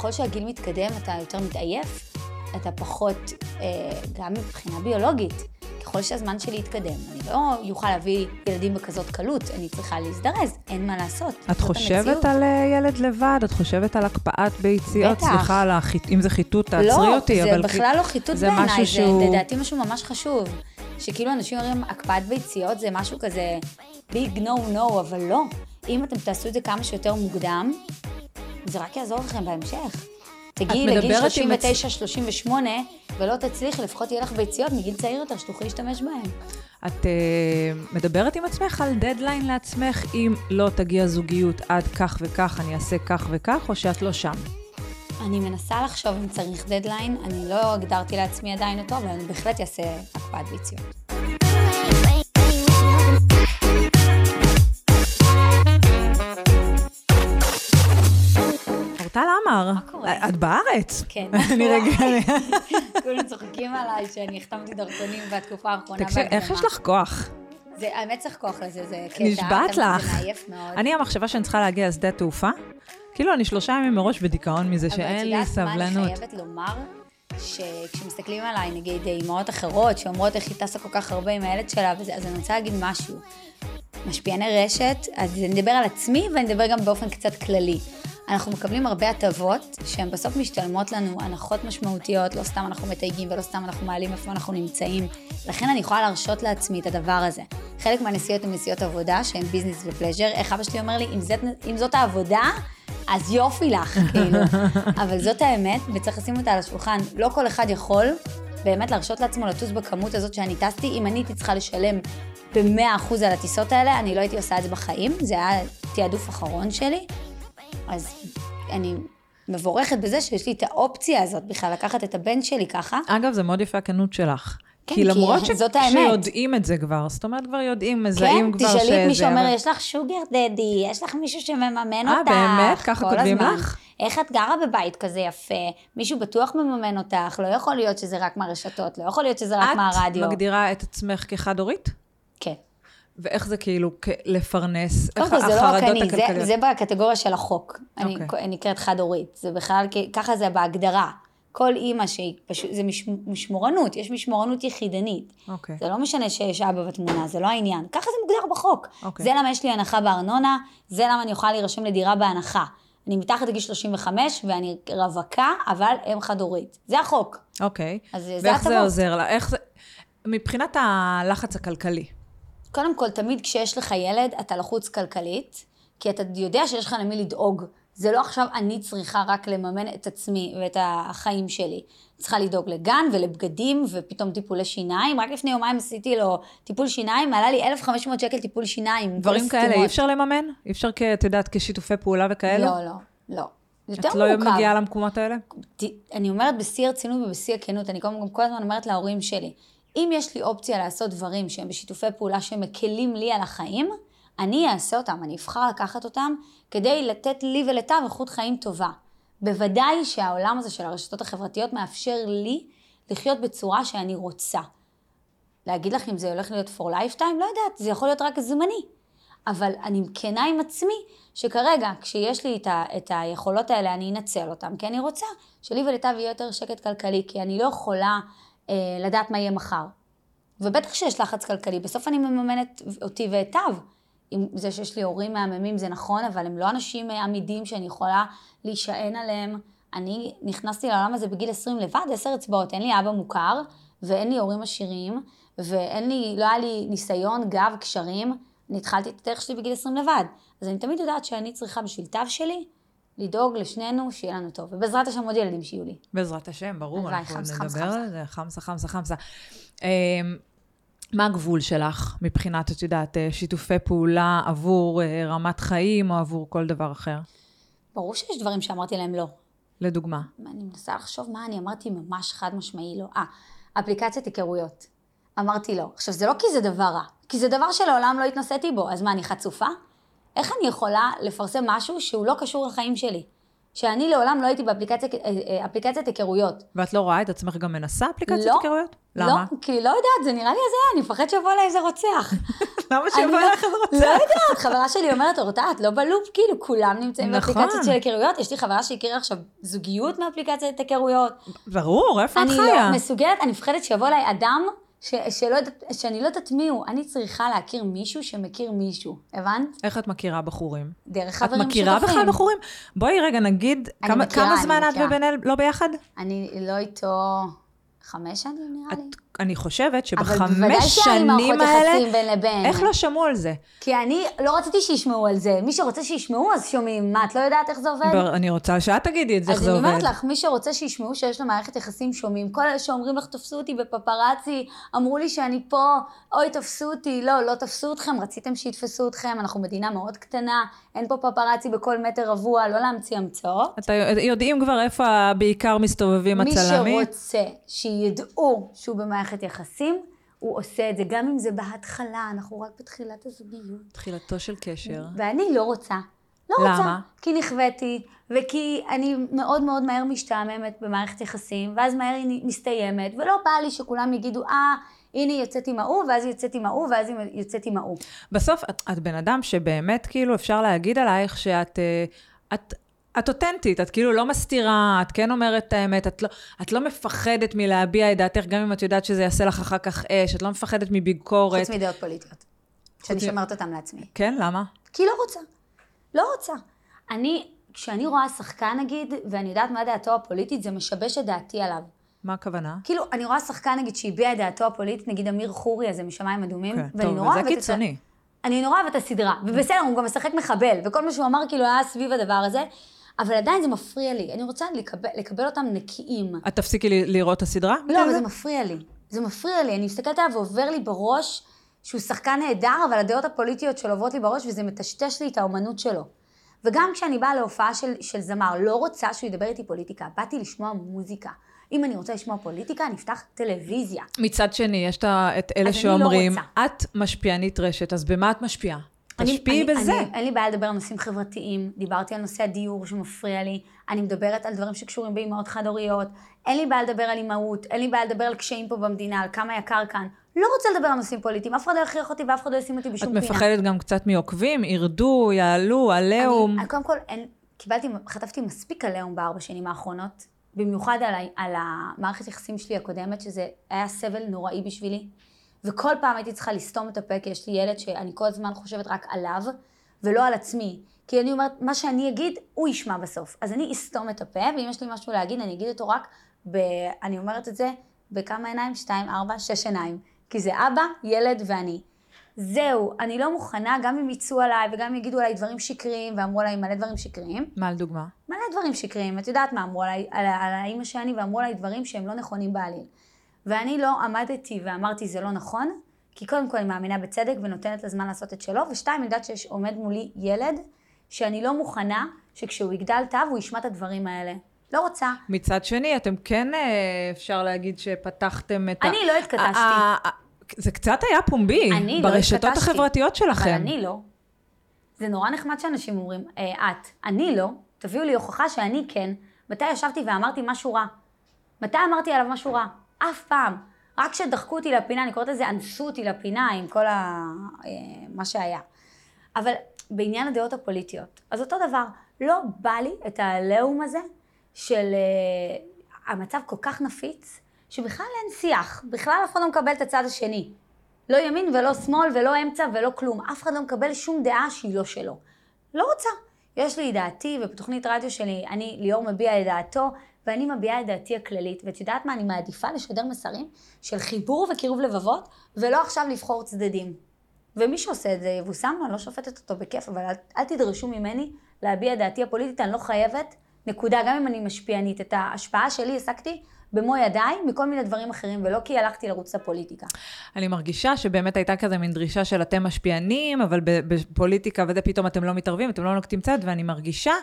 ככל שהגיל מתקדם, אתה יותר מתעייף, אתה פחות, גם מבחינה ביולוגית. ככל שהזמן שלי יתקדם, אני לא יוכל להביא ילדים בכזאת קלות, אני צריכה להזדרז, אין מה לעשות. את חושבת על ילד לבד? את חושבת על הקפאת ביציות? בטח. סליחה, אם זה חיתות, תעצרי אותי. לא, זה בכלל לא חיתות בעיניי, זה לדעתי משהו ממש חשוב. שכאילו אנשים אומרים, הקפאת ביציות זה משהו כזה big no, אבל לא. אם אתם תעשו את זה כמה שיותר מוקדם, זה רק יעזור לכם בהמשך. תגיעי לגיל 39-38, ולא תצליח, לפחות יהיה לך ביציות מגיל צעיר יותר, שתוכלי להשתמש בהן. את מדברת עם עצמך על דדליין לעצמך, אם לא תגיע זוגיות עד כך וכך, אני אעשה כך וכך, או שאת לא שם? אני מנסה לחשוב אם צריך דדליין, אני לא הגדרתי לעצמי עדיין אותו, אבל אני בהחלט אעשה הקפאת ביציות. אורטל עמר, מה קורה? את בארץ? כן. אני רגע... כולם צוחקים עליי שאני החתמתי דרכונים בתקופה האחרונה. תקשיב, איך יש לך כוח? האמת צריך כוח לזה, זה קטע. נשבעת לך. זה מעייף מאוד. אני המחשבה שאני צריכה להגיע לשדה תעופה, כאילו אני 3 ימים מראש בדיכאון מזה שאין לי סבלנות. אבל את יודעת מה אני חייבת לומר? שכשמסתכלים עליי, נגיד אימהות אחרות, שאומרות איך היא טסה כל כך הרבה עם הילד שלה, אז אני רוצה להגיד משהו. משפיעני רשת, אז אני אדבר על עצמי ואני אדבר גם באופן קצת כללי. אנחנו מקבלים הרבה הטבות שהן בסוף משתלמות לנו, הנחות משמעותיות, לא סתם אנחנו מתייגים ולא סתם אנחנו מעלים איפה אנחנו נמצאים. לכן אני יכולה להרשות לעצמי את הדבר הזה. חלק מהנסיעות הן נסיעות עבודה, שהן ביזנס ופלז'ר. איך אבא שלי אומר לי, אם זאת העבודה, אז יופי לך, כאילו. אבל זאת האמת, וצריך לשים אותה על השולחן. לא כל אחד יכול באמת להרשות לעצמו לטוס בכמות הזאת שאני טסתי. אם אני הייתי צריכה לשלם ב100% על הטיסות האלה, אני לא הייתי עושה את זה בחיים. זה היה תיעדוף אחרון שלי. אז אני מבורכת בזה שיש לי את האופציה הזאת בכלל, לקחת את הבן שלי ככה. אגב, זה מאוד יפה הכנות שלך. כן, כי למרות זאת האמת. שיודעים את זה כבר, זאת אומרת כבר יודעים, מזהים כבר שזה... כן, תשאלי את מי שאומר, יש לך שוגר דדי, יש לך מישהו שמממן אותך. באמת? ככה כותבים לך? איך את גרה בבית כזה יפה? מישהו בטוח מממן אותך, לא יכול להיות שזה רק מהרשתות, לא יכול להיות שזה רק מהרדיו. את מגדירה את עצמך כחד-הורית? כן. ואיך זה כאילו לפרנס, איך החרדות הכלכליות? זה בקטגוריה של החוק. אני נקראת חד-הורית. זה בכלל, ככה זה בהגדרה. כל אימא זה משמורנות, יש משמורנות יחידנית. זה לא משנה שיש אבא בתמונה, זה לא העניין. ככה זה מוגדר בחוק. זה למה יש לי הנחה בארנונה, זה למה אני יכולה להירשם לדירה בהנחה. אני מתחת לגיל 35 ואני רווקה, אבל אם חד-הורית. זה החוק. אוקיי. ואיך זה עוזר לה? מבחינת הלחץ הכלכלי. קודם כל, תמיד כשיש לך ילד, אתה לחוץ כלכלית, כי אתה יודע שיש לך למי לדאוג. זה לא עכשיו אני צריכה רק לממן את עצמי ואת החיים שלי. צריכה לדאוג לגן ולבגדים ופתאום טיפולי שיניים. רק לפני יומיים עשיתי לו טיפול שיניים, עלה לי 1,500 שקל טיפול שיניים. דברים כאלה, אי אפשר לממן? אי אפשר את יודעת כשיתופי פעולה וכאלה? לא. את לא מגיעה למקומות האלה? אני אומרת בשיא הרצינות ובשיא הכנות, אני כל הזמן אומרת להורים שלי, אם יש לי אופציה לעשות דברים שהם בשיתופי פעולה שמקלים לי על החיים, אני אעשה אותם, אני אבחר לקחת אותם, כדי לתת לי ולתו איכות חיים טובה. בוודאי שהעולם הזה של הרשתות החברתיות מאפשר לי לחיות בצורה שאני רוצה. להגיד לך אם זה הולך להיות for lifetime, לא יודעת, זה יכול להיות רק זמני. אבל אני כנה עם עצמי, שכרגע, כשיש לי את היכולות האלה, אני אנצל אותם, כי אני רוצה שלי ולתו יהיה יותר שקט כלכלי, כי אני לא יכולה לדעת מה יהיה מחר. ובטח שיש לחץ כלכלי, בסוף אני מממנת אותי ואתיו. עם זה שיש לי הורים מהממים זה נכון, אבל הם לא אנשים עמידים שאני יכולה להישען עליהם. אני נכנסתי לעולם הזה בגיל 20 לבד, 10 אצבעות, אין לי אבא מוכר, ואין לי הורים עשירים, לא היה לי ניסיון, גב, קשרים, אני התחלתי את הדרך שלי בגיל 20 לבד. אז אני תמיד יודעת שאני צריכה בשביל תו שלי, לדאוג לשנינו שיהיה לנו טוב. ובעזרת השם עוד ילדים שיהיו לי. בעזרת השם, ברור, אנחנו נדבר על זה, חמסה. מה הגבול שלך מבחינת, את יודעת, שיתופי פעולה עבור רמת חיים או עבור כל דבר אחר? ברור שיש דברים שאמרתי להם לא. לדוגמה? אני מנסה לחשוב מה אני אמרתי ממש חד משמעי לא. אפליקציית היכרויות. אמרתי לא. עכשיו, זה לא כי זה דבר רע, כי זה דבר שלעולם לא התנסיתי בו. אז מה, אני חצופה? איך אני יכולה לפרסם משהו שהוא לא קשור לחיים שלי? שאני לעולם לא הייתי באפליקציית היכרויות. ואת לא רואה את עצמך גם מנסה אפליקציית היכרויות? למה? לא, כי לא יודעת, זה נראה לי הזיה, אני מפחד שיבוא לה איזה רוצח. למה שבא לך רוצה? לא יודעת, חברה שלי אומרת, אורתה, את לא בלופ, כאילו, כולם נמצאים באפליקציות של היכרויות, יש לי חברה שהכירה עכשיו זוגיות מאפליקציות היכרויות. ברור, איפה את חיה? אני לא מסוגלת, אני מפחדת שיבוא אליי אדם, שאני לא יודעת מי הוא, אני צריכה להכיר מישהו שמכיר מישהו, הבנת? איך את מכירה בחורים? דרך חברים שותפים. את מכירה בכלל בחורים? בואי רגע נגיד, כמה זמן את ובן-אל לא ביחד? אני לא איתו 5 שנים נראה לי. אני חושבת שבחמש שנים האלה, איך לא שמעו על זה? כי אני לא רציתי שישמעו על זה. מי שרוצה שישמעו, אז שומעים. מה, את לא יודעת איך זה עובד? אני רוצה שאת תגידי את זה, איך זה עובד. אז אני אומרת לך, מי שרוצה שישמעו שיש לו מערכת יחסים שומעים. כל אלה שאומרים לך, תפסו אותי בפפרצי, אמרו לי שאני פה, אוי, תפסו אותי. לא, לא תפסו אתכם, רציתם שיתפסו אתכם. אנחנו מדינה מאוד קטנה, אין פה פפרצי בכל מטר רבוע, לא להמציא המצאות. יודעים כבר איפה בעיקר מסתובבים הצלמים? מי שרוצה שידעו שהוא במערכת יחסים, הוא עושה את זה, גם אם זה בהתחלה, אנחנו רק בתחילת הזוגיות. תחילתו של קשר. ואני לא רוצה. לא למה? רוצה. כי נכוויתי, וכי אני מאוד מאוד מהר משתעממת במערכת יחסים, ואז מהר היא מסתיימת, ולא בא לי שכולם יגידו, הנה יוצאת עם ההוא, ואז יוצאת עם ההוא, ואז יוצאת עם ההוא. בסוף, את בן אדם שבאמת כאילו אפשר להגיד עלייך שאת את אותנטית, את כאילו לא מסתירה, את כן אומרת את האמת, את לא מפחדת מלהביע את דעתך, גם אם את יודעת שזה יעשה לך אחר כך אש, את לא מפחדת מביקורת. חוץ מדעות פוליטיות, שאני שומרת אותם לעצמי. כן, למה? כי לא רוצה. לא רוצה. כשאני רואה שחקן נגיד, ואני יודעת מה דעתו הפוליטית, זה משבש את דעתי עליו. מה הכוונה? כאילו, אני רואה שחקן נגיד שהביע את דעתו הפוליטית, נגיד אמיר חורי הזה משמיים אדומים, ואני נורא אוהבת את זה. אני נורא אוהבת את הסדרה, ובסדר, הוא גם משחק מחבל, וכל מה שהוא אמר כאילו היה סביב הדבר הזה, אבל עדיין זה מפריע לי. אני רוצה לקבל אותם נקיים. את תפסיקי לראות את הסדרה? לא, אבל זה מפריע לי. זה מפריע לי. אני מסתכלת עליו ועובר לי בראש שהוא שחקן נהדר, אבל הדעות הפוליטיות שלו עוברות לי בראש, וזה מטשטש לי את האומנות שלו. וגם כשאני באה להופעה של זמר, לא רוצה שהוא ידבר איתי פוליטיקה. באתי לשמוע מוזיקה. אם אני רוצה לשמוע פוליטיקה, אני אפתח טלוויזיה. מצד שני, יש את אלה שאומרים, את משפיענית רשת, אז במה את משפיעה? תשפיעי בזה. אין לי בעיה לדבר על נושאים חברתיים, דיברתי על נושא הדיור שמפריע לי, אני מדברת על דברים שקשורים באימהות חד-הוריות, אין לי בעיה לדבר על אימהות, אין לי בעיה לדבר על קשיים פה במדינה, על כמה יקר כאן, לא רוצה לדבר על נושאים פוליטיים, אף אחד לא יכריח אותי ואף אחד לא ישים אותי בשום פינה. את מפחדת גם קצת מעוקבים, ירדו, יעלו, עליהום. קודם כל, חטפתי מספיק עליהום ב4 שנים האחרונות, במיוחד על המערכת יחסים שלי הקודמת, שזה היה סבל נוראי בשבילי. וכל פעם הייתי צריכה לסתום את הפה, כי יש לי ילד שאני כל הזמן חושבת רק עליו, ולא על עצמי. כי אני אומרת, מה שאני אגיד, הוא ישמע בסוף. אז אני אסתום את הפה, ואם יש לי משהו להגיד, אני אגיד אותו רק, אני אומרת את זה, בכמה עיניים? 2, 4, 6 עיניים. כי זה אבא, ילד ואני. זהו, אני לא מוכנה, גם אם יצאו עליי, וגם יגידו עליי דברים שקריים, ואמרו עליי מלא דברים שקריים. מה לדוגמה? מלא דברים שקריים. את יודעת מה אמרו עליי, על האמא שאני, ואמרו עליי דברים שהם לא נכונים בעליל. ואני לא עמדתי ואמרתי זה לא נכון, כי קודם כל אני מאמינה בצדק ונותנת לזמן לעשות את שלו, ושתיים, אני יודעת שעומד מולי ילד שאני לא מוכנה שכשהוא יגדל תו הוא ישמע את הדברים האלה. לא רוצה. מצד שני, אתם כן אפשר להגיד שפתחתם את אני לא התכתשתי. זה קצת היה פומבי ברשתות החברתיות שלכם. אבל אני לא. זה נורא נחמד שאנשים אומרים, אני לא, תביאו לי הוכחה שאני כן. מתי ישבתי ואמרתי משהו רע? מתי אמרתי עליו משהו רע? אף פעם. רק כשדחקו אותי לפינה, אני קוראת לזה, אנסו אותי לפינה עם כל מה שהיה. אבל בעניין הדעות הפוליטיות, אז אותו דבר, לא בא לי את העליהום הזה של המצב כל כך נפיץ, שבכלל אין שיח, בכלל אף אחד לא מקבל את הצד השני. לא ימין ולא שמאל ולא אמצע ולא כלום. אף אחד לא מקבל שום דעה שהיא לא שלו. לא רוצה. יש לי דעתי, ובתוכנית רדיו שלי אני ליאור מביע את דעתו, ואני מביעה את דעתי הכללית. ואת יודעת מה? אני מעדיפה לשדר מסרים של חיבור וקירוב לבבות, ולא עכשיו לבחור צדדים. ומי שעושה את זה יבוסם, אני לא שופטת אותו בכיף, אבל אל תדרשו ממני להביע את דעתי הפוליטית, אני לא חייבת, נקודה, גם אם אני משפיענית. את ההשפעה שלי עסקתי במו ידיי, מכל מיני דברים אחרים, ולא כי הלכתי לרוץ לפוליטיקה. אני מרגישה שבאמת הייתה כזה מין דרישה של אתם משפיענים, אבל בפוליטיקה וזה פתאום אתם לא מתערבים, אתם לא נוקטים צד, ואני מרגישה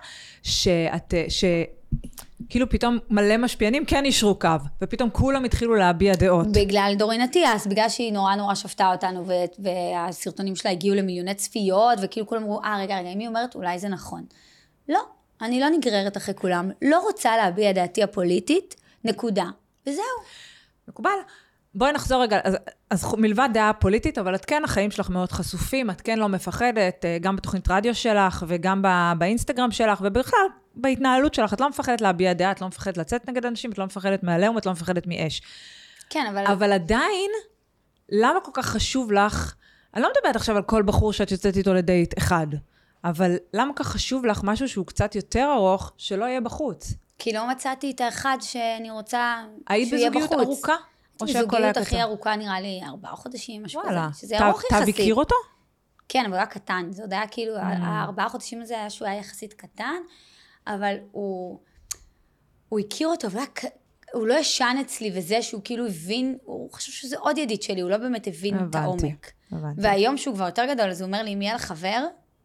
כאילו פתאום מלא משפיענים כן ישרו קו, ופתאום כולם התחילו להביע דעות. בגלל דורין אטיאס, בגלל שהיא נורא שפטה אותנו, והסרטונים שלה הגיעו למיליוני צפיות, וכאילו כולם אמרו, רגע, אם היא אומרת, אולי זה נכון. לא, אני לא נגררת אחרי כולם, לא רוצה להביע דעתי הפוליטית, נקודה. וזהו. מקובל. בואי נחזור רגע, אז מלבד דעה פוליטית, אבל את כן, החיים שלך מאוד חשופים, את כן לא מפחדת, גם בתוכנית רדיו שלך, וגם באינסטגרם שלך, ובכלל, בהתנהלות שלך, את לא מפחדת להביע דעה, את לא מפחדת לצאת נגד אנשים, את לא מפחדת מעליהם, את לא מפחדת מאש. כן, אבל עדיין, למה כל כך חשוב לך, אני לא מדברת עכשיו על כל בחור שאת יוצאת איתו לדייט אחד, אבל למה כל כך חשוב לך משהו שהוא קצת יותר ארוך, שלא יהיה בחוץ? כי לא מצאתי את האחד שאני רוצה היית שהוא יהיה בחוץ. היית בזוגיות ארוכה? בזוגיות הכי ארוכה נראה לי 4 חודשים, משהו כזה. שזה ארוך יחסית. אתה הכיר אותו? כן, אבל רק קטן. זה עוד היה כאילו, 4 חודשים הזה היה שהוא היה יחסית קטן, אבל הוא הכיר אותו, אבל הוא לא ישן אצלי, וזה שהוא כאילו הבין, הוא חושב שזה עוד ידיד שלי, הוא לא באמת הבין את העומק. והיום שהוא כבר יותר גדול, אז הוא אומר לי, אם יהיה לך חבר,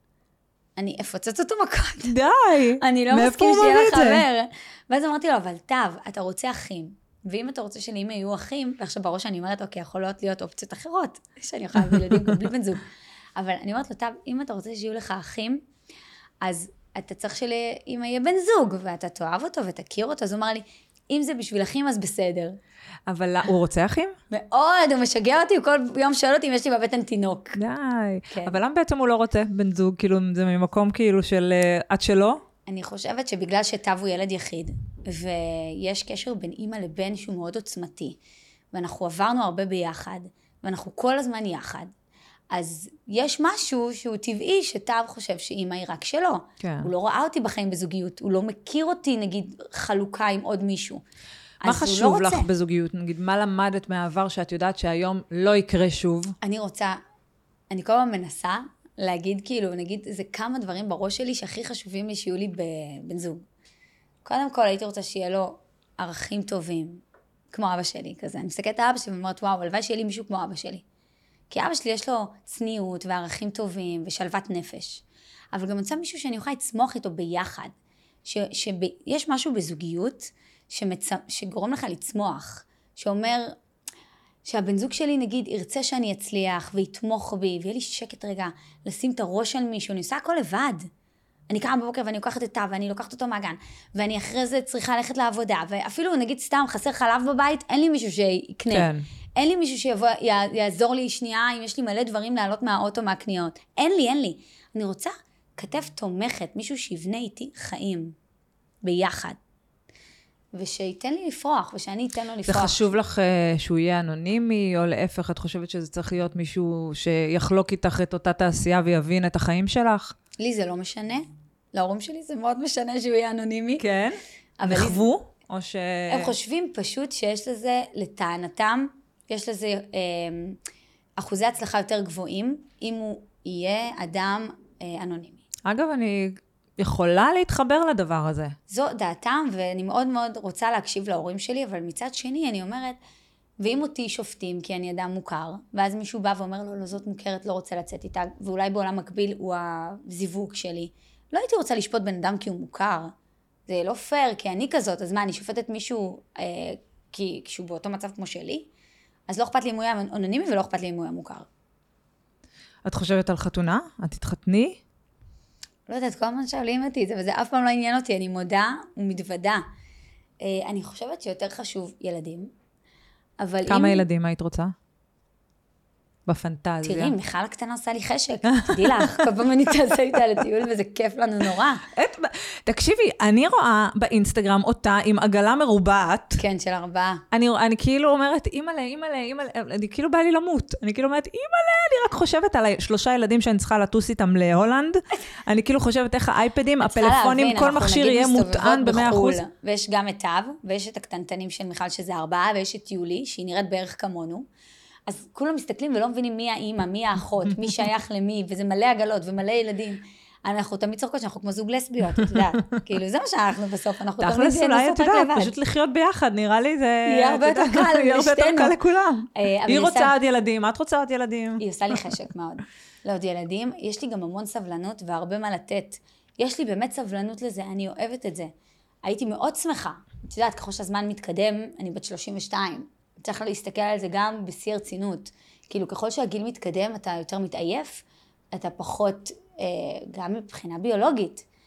אני אפוצץ אותו מכות. די! אני לא מסכים שיהיה לך חבר. ואז אמרתי לו, אבל טוב, אתה רוצה אחים. ואם אתה רוצה שלאמא יהיו אחים, ועכשיו בראש אני אומרת, אוקיי, יכולות להיות אופציות אחרות, שאני יכולה להביא ילדים גם בלי בן זוג. אבל אני אומרת לו, טוב, אם אתה רוצה שיהיו לך אחים, אז אתה צריך שלאמא יהיה בן זוג, ואתה תאהב אותו ותכיר אותו. אז הוא אמר לי, אם זה בשביל אחים, אז בסדר. אבל הוא רוצה אחים? מאוד, הוא משגע אותי, הוא כל יום שואל אותי אם יש לי בבטן תינוק. די. כן. אבל למה בעצם הוא לא רוצה בן זוג? כאילו, זה ממקום כאילו של עד שלו? אני חושבת שבגלל שטב הוא ילד יחיד, ויש קשר בין אמא לבן שהוא מאוד עוצמתי, ואנחנו עברנו הרבה ביחד, ואנחנו כל הזמן יחד, אז יש משהו שהוא טבעי שטב חושב שאמא היא רק שלו. כן. הוא לא ראה אותי בחיים בזוגיות, הוא לא מכיר אותי, נגיד, חלוקה עם עוד מישהו. מה חשוב לך בזוגיות? נגיד, מה למדת מהעבר שאת יודעת שהיום לא יקרה שוב? אני כל הזמן מנסה להגיד, כאילו, נגיד, זה כמה דברים בראש שלי שהכי חשובים לי שיהיו לי בבן זוג. קודם כל, הייתי רוצה שיהיה לו ערכים טובים, כמו אבא שלי, כזה. אני מסתכלת על אבא שלי ואומרת, וואו, הלוואי שיהיה לי מישהו כמו אבא שלי. כי אבא שלי יש לו צניעות וערכים טובים ושלוות נפש. אבל גם מצא מישהו שאני יכולה לצמוח איתו ביחד. שיש משהו בזוגיות שגורם לך לצמוח, שאומר שהבן זוג שלי נגיד ירצה שאני אצליח ויתמוך בי, ויהיה לי שקט רגע לשים את הראש על מישהו, אני עושה הכל לבד. אני קמה בבוקר ואני לוקחת את תא ואני לוקחת אותו מהגן, ואני אחרי זה צריכה ללכת לעבודה, ואפילו נגיד סתם חסר חלב בבית, אין לי מישהו שיקנה. כן. אין לי מישהו שיעזור לי שנייה, אם יש לי מלא דברים לעלות מהאוטו מהקניות. אין לי. אני רוצה כתף תומכת, מישהו שיבנה איתי חיים ביחד. ושייתן לי לפרוח, ושאני אתן לו לפרוח. זה חשוב לך שהוא יהיה אנונימי, או להפך, את חושבת שזה צריך להיות מישהו שיחלוק איתך את אותה תעשייה ויבין את החיים שלך? לי זה לא משנה. להורים שלי זה מאוד משנה שהוא יהיה אנונימי. כן? נחוו? או ש... הם חושבים פשוט שיש לזה, לטענתם, יש לזה אחוזי הצלחה יותר גבוהים, אם הוא יהיה אדם אנונימי. אגב, אני יכולה להתחבר לדבר הזה. זו דעתם, ואני מאוד מאוד רוצה להקשיב להורים שלי, אבל מצד שני אני אומרת, ואם אותי שופטים כי אני אדם מוכר, ואז מישהו בא ואומר לו, לא, זאת מוכרת, לא רוצה לצאת איתה, ואולי בעולם מקביל הוא הזיווג שלי, לא הייתי רוצה לשפוט בן אדם כי הוא מוכר. זה לא פייר, כי אני כזאת, אז מה, אני שופטת מישהו כשהוא באותו מצב כמו שלי? אז לא אכפת לי אם הוא יהיה אנונימי, ולא אכפת לי אם הוא יהיה מוכר. את חושבת על חתונה? את תתחתני? לא יודעת, כל הזמן שואלים אותי את זה, וזה אף פעם לא עניין אותי, אני מודה ומתוודה. אני חושבת שיותר חשוב ילדים, אבל כמה ילדים היית רוצה? בפנטזיה. תראי, מיכל הקטנה עושה לי חשק, תדעי לך, כל פעם אני תעשה איתה לטיול, וזה כיף לנו נורא. תקשיבי, אני רואה באינסטגרם אותה עם עגלה מרובעת. כן, של 4. אני כאילו אומרת, אימא'לה, אני כאילו בא לי למות. אני כאילו אומרת, אימא'לה, אני רק חושבת על 3 ילדים שאני צריכה לטוס איתם להולנד. אני כאילו חושבת איך האייפדים, הפלאפונים, כל מכשיר יהיה מוטען ב100%. ויש גם את תו, ויש את הקטנטנים של מיכל שזה 4, ויש את יולי, שהיא נראית בערך כמונו. אז כולם מסתכלים ולא מבינים מי האמא, מי האחות, מי שייך למי, וזה מלא עגלות ומלא ילדים. אנחנו תמיד צוחקות שאנחנו כמו זוג לסביות, את יודעת. כאילו, זה מה שאנחנו בסוף, אנחנו תמיד נשוחק לבד. תכלס, אולי, את יודעת, פשוט לחיות ביחד, נראה לי זה... יהיה הרבה יותר קל, יהיה הרבה יותר קל לכולם. היא רוצה עוד ילדים, את רוצה עוד ילדים. היא עושה לי חשק מאוד. לעוד ילדים, יש לי גם המון סבלנות והרבה מה לתת. יש לי באמת סבלנות לזה, אני אוהבת את זה. הייתי מאוד שמחה. את יודעת, ככל שהזמן מתקדם, אני בת 32. צריך להסתכל על זה גם בשיא הרצינות. כאילו, ככל שהגיל מתקדם, אתה יותר מתעייף, אתה פחות, גם מבחינה ביולוגית.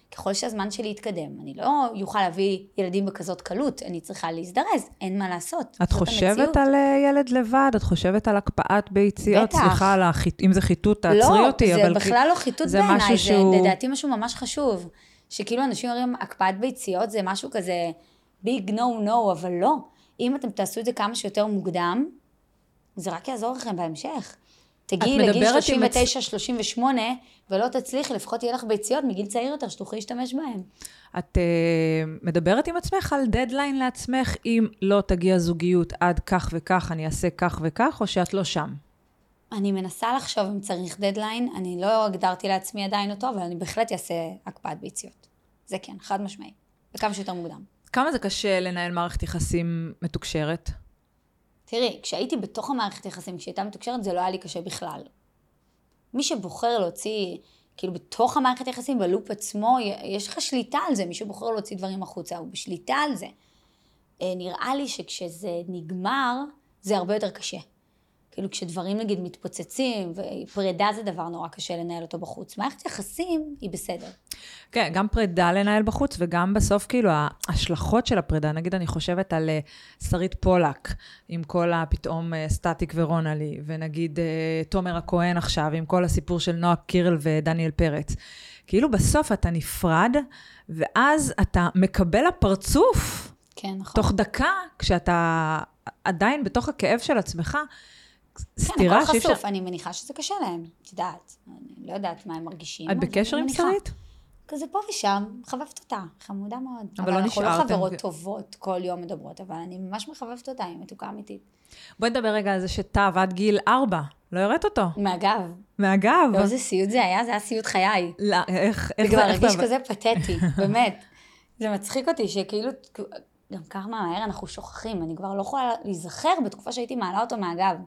ככל שהזמן שלי יתקדם, אני לא יוכל להביא ילדים בכזאת קלות, אני צריכה להזדרז, אין מה לעשות. את חושבת על ילד לבד? את חושבת על הקפאת ביציות? בטח. סליחה, אם זה חיתות, תעצרי אותי. לא, זה בכלל לא חיתות בעיניי, זה לדעתי משהו ממש חשוב. שכאילו אנשים אומרים, הקפאת ביציות זה משהו כזה ביג no, אבל לא. אם אתם תעשו את זה כמה שיותר מוקדם, זה רק יעזור לכם בהמשך. תגיעי לגיל 39-38, ולא תצליחי, לפחות יהיה לך ביציות מגיל צעיר יותר, שתוכלי להשתמש בהם. את מדברת עם עצמך על דדליין לעצמך, אם לא תגיע זוגיות עד כך וכך, אני אעשה כך וכך, או שאת לא שם? אני מנסה לחשוב אם צריך דדליין, אני לא הגדרתי לעצמי עדיין אותו, אבל אני בהחלט אעשה הקפאת ביציות. זה כן, חד משמעי, וכמה שיותר מוקדם. כמה זה קשה לנהל מערכת יחסים מתוקשרת? תראי, כשהייתי בתוך המערכת יחסים, כשהייתה מתוקשרת, זה לא היה לי קשה בכלל. מי שבוחר להוציא, כאילו בתוך המערכת יחסים, בלופ עצמו, יש לך שליטה על זה, מי שבוחר להוציא דברים החוצה, הוא בשליטה על זה. נראה לי שכשזה נגמר, זה הרבה יותר קשה. כאילו כשדברים נגיד מתפוצצים, ופרידה זה דבר נורא קשה לנהל אותו בחוץ. מערכת יחסים היא בסדר. כן, גם פרידה לנהל בחוץ, וגם בסוף כאילו ההשלכות של הפרידה, נגיד אני חושבת על שרית פולק, עם כל הפתאום סטטיק ורונלי, ונגיד תומר הכהן עכשיו, עם כל הסיפור של נועה קירל ודניאל פרץ. כאילו בסוף אתה נפרד, ואז אתה מקבל הפרצוף, כן, נכון. תוך דקה, כשאתה עדיין בתוך הכאב של עצמך, סתירה הכל חשוף, אני מניחה שזה קשה להם, את יודעת, אני לא יודעת מה הם מרגישים. את בקשר עם שרית? כזה פה ושם, חבבת אותה, חמודה מאוד. אבל לא נשארתם. אנחנו לא חברות טובות, כל יום מדברות, אבל אני ממש מחבבת אותה, היא מתוקה אמיתית. בואי נדבר רגע על זה שטב עד גיל 4, לא הראת אותו? מהגב. מהגב? לא, איזה סיוט זה היה, זה היה סיוט חיי. לא, איך זה כבר הרגיש כזה פתטי, באמת. זה מצחיק אותי שכאילו, גם ככה מהר אנחנו שוכחים, אני כבר לא יכולה להיזכר בתקופה שהייתי מעלה אותו מהגב.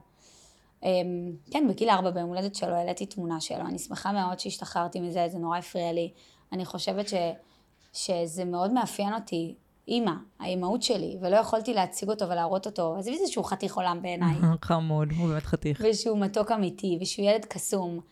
כן, בגיל 4 ביום הולדת שלו, העליתי תמונה שלו, אני שמחה מאוד שהשתחררתי מזה, זה נורא הפריע לי. אני חושבת שזה מאוד מאפיין אותי, אמא, האימהות שלי, ולא יכולתי להציג אותו ולהראות אותו, אז זה שהוא חתיך עולם בעיניי. חמוד, הוא באמת חתיך. ושהוא מתוק אמיתי, ושהוא ילד קסום,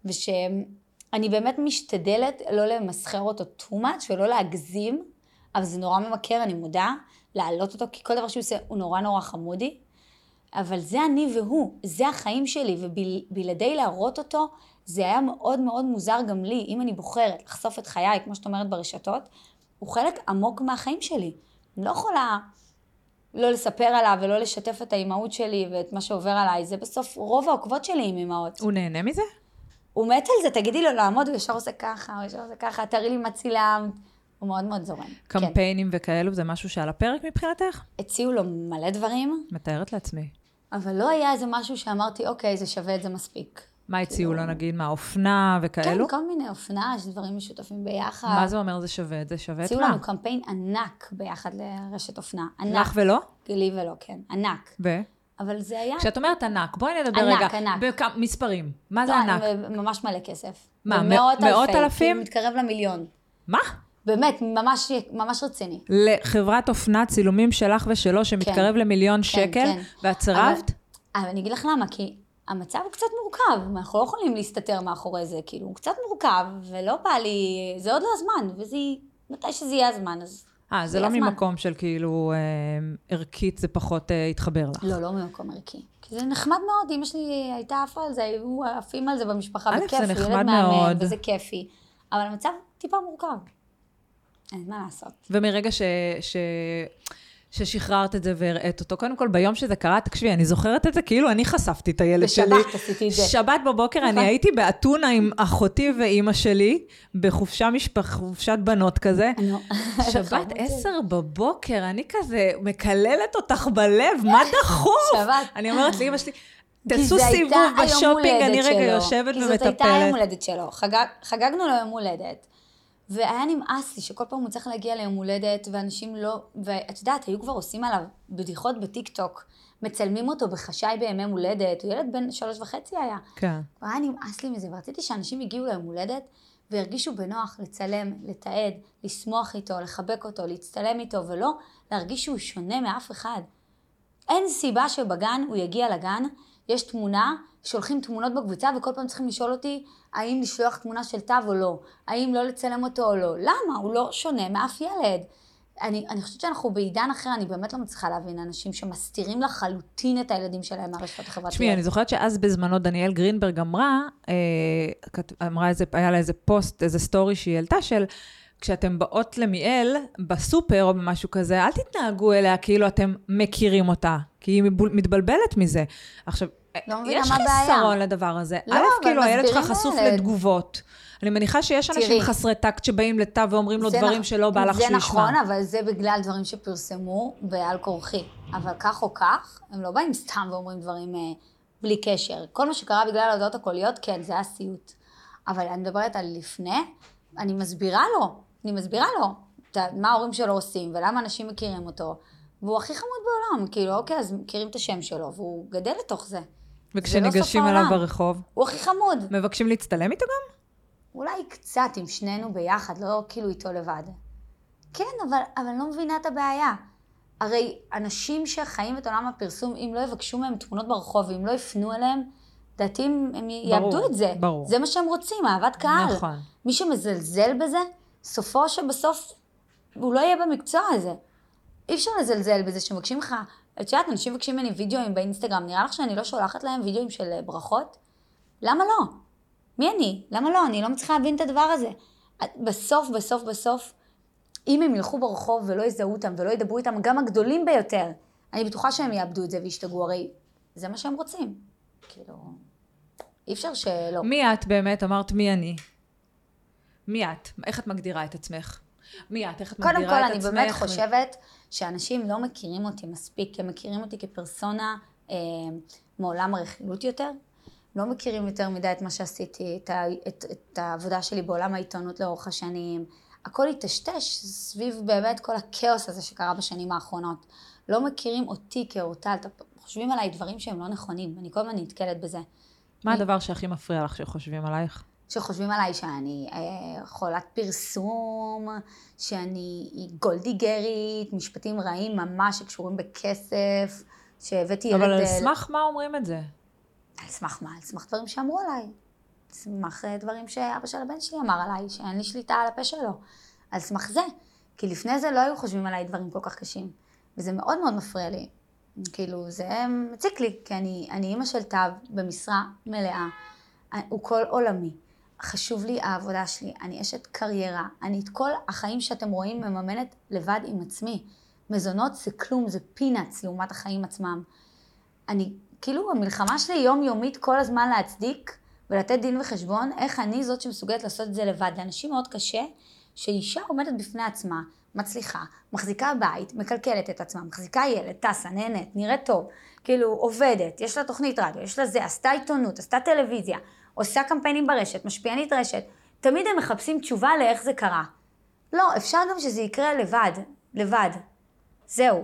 ושאני באמת משתדלת לא למסחר אותו too much, ולא להגזים, אבל זה נורא ממכר, אני מודה, להעלות אותו, כי כל דבר שהוא עושה הוא נורא נורא חמודי, אבל זה אני והוא, זה החיים שלי, ובלעדי להראות אותו, זה היה מאוד מאוד מוזר גם לי, אם אני בוחרת לחשוף את חיי, כמו שאת אומרת ברשתות, הוא חלק עמוק מהחיים שלי. אני לא יכולה לא לספר עליו ולא לשתף את האימהות שלי ואת מה שעובר עליי, זה בסוף רוב העוקבות שלי עם אימהות. הוא נהנה מזה? הוא מת על זה, תגידי לו לעמוד, הוא ישר עושה ככה, הוא ישר עושה ככה, תראי לי מה צילמת. הוא מאוד מאוד זורם. קמפיינים וכאלו, זה משהו שעל הפרק מבחינתך? הציעו לו מלא דברים. מתארת לעצמי. אבל לא היה איזה משהו שאמרתי, אוקיי, זה שווה את זה מספיק. מה הציעו לו, נגיד, מה, אופנה וכאלו? כן, כל מיני אופנה, יש דברים משותפים ביחד. מה זה אומר זה שווה? זה שווה את מה? הציעו לנו קמפיין ענק ביחד לרשת אופנה. ענק. לך ולא? לי ולא, כן. ענק. אבל זה היה... כשאת אומרת ענק, בואי נדבר רגע. ענק. מספרים. מה זה ענק? ממש מלא כסף. מה, מאות אלפים? מתקרב למיליון. מה? באמת, ממש רציני. לחברת אופנה, צילומים שלך ושלו, שמתקרב למיליון שקל, ואת סירבת? אבל אני אגיד לך למה, כי המצב הוא קצת מורכב, אנחנו לא יכולים להסתתר מאחורי זה, כאילו, הוא קצת מורכב, ולא בא לי, זה עוד לא הזמן, מתי שזה יהיה הזמן, אז זה לא ממקום של כאילו ערכית, זה פחות התחבר לך. לא ממקום ערכי. כי זה נחמד מאוד, אמא שלי הייתה עפה על זה, היו עפים על זה במשפחה, בכיף, זה נחמד מאוד. וזה כיפי, אבל המצב טיפה מורכב. אין מה לעשות. ומרגע ששחררת את זה והראית אותו, קודם כל ביום שזה קרה, תקשיבי, אני זוכרת את זה, כאילו אני חשפתי את הילד שלי. בשבת עשיתי את זה. שבת בבוקר, אני הייתי באתונה עם אחותי ואימא שלי, בחופשת בנות כזה. שבת 10 בבוקר, אני כזה מקללת אותך בלב, מה דחוף? שבת. אני אומרת לאמא שלי, תעשו סיבוב בשופינג, אני רגע יושבת ומטפלת. כי זאת הייתה היום הולדת שלו, חגגנו לו יום הולדת. והיה נמאס לי שכל פעם הוא צריך להגיע ליום הולדת, ואנשים לא, ואת יודעת, היו כבר עושים עליו בדיחות בטיק-טוק, מצלמים אותו בחשאי בימי הולדת, הוא ילד בן 3.5 היה. כן. והיה נמאס לי מזה, ורציתי שאנשים יגיעו ליום הולדת, וירגישו בנוח לצלם, לתעד, לשמוח איתו, לחבק אותו, להצטלם איתו, ולא להרגיש שהוא שונה מאף אחד. אין סיבה שבגן הוא יגיע לגן, יש תמונה, שולחים תמונות בקבוצה, וכל פעם צריכים לשאול אותי, האם לשלוח תמונה של תו או לא, האם לא לצלם אותו או לא, למה? הוא לא שונה מאף ילד. אני חושבת שאנחנו בעידן אחר, אני באמת לא מצליחה להבין אנשים שמסתירים לחלוטין את הילדים שלהם מהרשתות החברתיות. תשמעי, אני זוכרת שאז בזמנו דניאל גרינברג אמרה היה לה איזה פוסט, איזה סטורי שהיא העלתה של, כשאתם באות למיאל בסופר או במשהו כזה, אל תתנהגו אליה כאילו אתם מכירים אותה, כי היא מתבלבלת מזה. עכשיו, יש חסרון לדבר הזה. א', כאילו הילד שלך חשוף לתגובות. אני מניחה שיש אנשים חסרי טקט שבאים לתא ואומרים לו דברים שלא בא לך שהוא ישמע. זה נכון, אבל זה בגלל דברים שפרסמו בעל כורחי. אבל כך או כך, הם לא באים סתם ואומרים דברים בלי קשר. כל מה שקרה בגלל ההודעות הקוליות, כן, זה היה סיוט. אבל אני מדברת על לפני, אני מסבירה לו מה ההורים שלו עושים ולמה אנשים מכירים אותו. והוא הכי חמוד בעולם, כאילו, אוקיי, אז מכירים את השם שלו, והוא גדל לתוך זה. וכשניגשים אליו ברחוב? הוא הכי חמוד. מבקשים להצטלם איתו גם? אולי קצת עם שנינו ביחד, לא כאילו איתו לבד. כן, אבל לא מבינה את הבעיה. הרי אנשים שחיים את עולם הפרסום, אם לא יבקשו מהם תמונות ברחוב, ואם לא יפנו אליהם, דעתי הם יאבדו את זה. ברור. זה מה שהם רוצים, אהבת קהל. נכון. מי שמזלזל בזה, סופו שבסוף הוא לא יהיה במקצוע הזה. אי אפשר לזלזל בזה שמבקשים לך, את יודעת, אנשים מבקשים ממני וידאוים באינסטגרם, נראה לך שאני לא שולחת להם וידאוים של ברכות? למה לא? מי אני? למה לא? אני לא מצליחה להבין את הדבר הזה. בסוף, אם הם ילכו ברחוב ולא יזהו אותם ולא ידברו איתם, גם הגדולים ביותר, אני בטוחה שהם יאבדו את זה וישתגעו, הרי זה מה שהם רוצים. כאילו, אי אפשר שלא. מי את באמת? אמרת מי אני? מי את? איך את מגדירה את עצמך? מי את? איך את מגדירה את עצמך? קודם כל, אני באמת חושבת שאנשים לא מכירים אותי מספיק, הם מכירים אותי כפרסונה מעולם הרכילות יותר, לא מכירים יותר מדי את מה שעשיתי, את העבודה שלי בעולם העיתונות לאורך השנים. הכל התשתש סביב באמת כל הכאוס הזה שקרה בשנים האחרונות. לא מכירים אותי כאורטל, חושבים עליי דברים שהם לא נכונים, אני כל הזמן נתקלת בזה. מה הדבר שהכי מפריע לך שחושבים עלייך? שחושבים עליי שאני חולת פרסום, שאני גולדיגרית, משפטים רעים ממש שקשורים בכסף, שהבאתי ילד... אבל על סמך מה אומרים את זה? על סמך מה? על סמך דברים שאמרו עליי. על סמך דברים שאבא של הבן שלי אמר עליי, שאין לי שליטה על הפה שלו. על סמך זה. כי לפני זה לא היו חושבים עליי דברים כל כך קשים. וזה מאוד מאוד מפריע לי. כאילו, זה מציק לי, כי אני אימא של תו במשרה מלאה. הוא כל עולמי. חשוב לי העבודה שלי. אני אשת קריירה. אני את כל החיים שאתם רואים מממנת לבד עם עצמי. מזונות זה כלום, זה פינאץ לעומת החיים עצמם. אני... כאילו, המלחמה שלי יומיומית כל הזמן להצדיק ולתת דין וחשבון, איך אני זאת שמסוגלת לעשות את זה לבד. לאנשים מאוד קשה שאישה עומדת בפני עצמה, מצליחה, מחזיקה בית, מקלקלת את עצמה, מחזיקה ילד, טסה, נהנית, נראית טוב, כאילו עובדת, יש לה תוכנית רדיו, יש לה זה, עשתה עיתונות, עשתה טלוויזיה, עושה קמפיינים ברשת, משפיענית רשת, תמיד הם מחפשים תשובה לאיך זה קרה. לא, אפשר גם שזה יקרה לבד. זהו.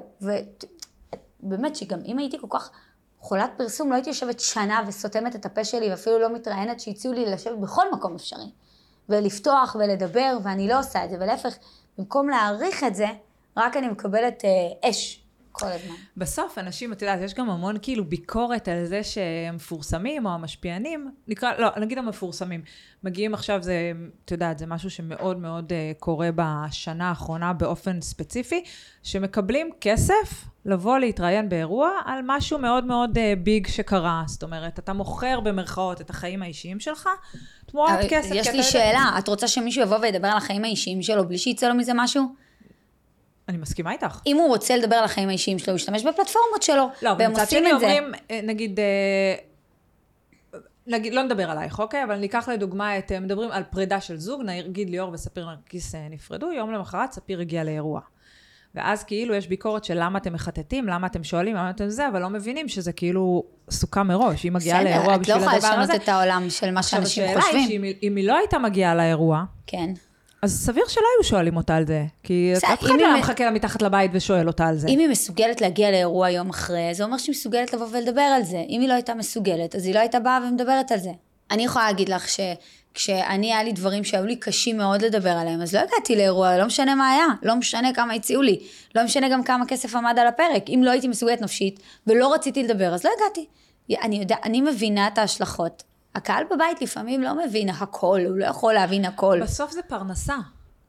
ובאמת שגם אם הייתי כל כך... חולת פרסום, לא הייתי יושבת שנה וסותמת את הפה שלי, ואפילו לא מתראיינת שהציעו לי לשבת בכל מקום אפשרי. ולפתוח ולדבר, ואני לא עושה את זה, ולהפך, במקום להעריך את זה, רק אני מקבלת אש כל הזמן. בסוף, אנשים, את יודעת, יש גם המון כאילו ביקורת על זה שהמפורסמים או המשפיענים, נגיד המפורסמים, מגיעים עכשיו, זה, את יודעת, זה משהו שמאוד מאוד קורה בשנה האחרונה באופן ספציפי, שמקבלים כסף לבוא להתראיין באירוע על משהו מאוד מאוד ביג שקרה. זאת אומרת, אתה מוכר במרכאות את החיים האישיים שלך, תמורת כסף. יש לי שאלה, את רוצה שמישהו יבוא וידבר על החיים האישיים שלו בלי שיצא לו מזה משהו? אני מסכימה איתך. אם הוא רוצה לדבר על החיים האישיים שלו, הוא ישתמש בפלטפורמות שלו. לא, במצד שני אומרים, נגיד, לא נדבר עלייך, אוקיי? אבל ניקח לדוגמה מדברים על פרידה של זוג, נגיד ליאור וספיר נרקיס נפרדו, יום למחרת ספיר הגיע לאירוע. ואז כאילו יש ביקורת של למה אתם מחטטים, למה אתם שואלים, למה אתם זה, אבל לא מבינים שזה כאילו סוכם מראש. היא מגיעה לאירוע בשביל הדבר הזה. את לא יכולה לשנות את העולם של מה שאנשים חושבים. עכשיו השאלה היא שאם היא לא הייתה מגיעה לאירוע, כן. אז סביר שלא היו שואלים אותה על זה. כי אף אחד לא מחכה לה מתחת לבית ושואל אותה על זה. אם היא מסוגלת להגיע לאירוע יום אחרי, זה אומר שהיא מסוגלת לבוא ולדבר על זה. אם היא לא הייתה מסוגלת, אז היא לא הייתה באה ומדברת על זה. אני יכולה להגיד לך כשאני היה לי דברים שהיו לי קשים מאוד לדבר עליהם, אז לא הגעתי לאירוע, לא משנה מה היה, לא משנה כמה הציעו לי, לא משנה גם כמה כסף עמד על הפרק. אם לא הייתי מסוגלת נפשית ולא רציתי לדבר, אז לא הגעתי. אני מבינה את ההשלכות. הקהל בבית לפעמים לא מבין הכל, הוא לא יכול להבין הכל. בסוף זה פרנסה.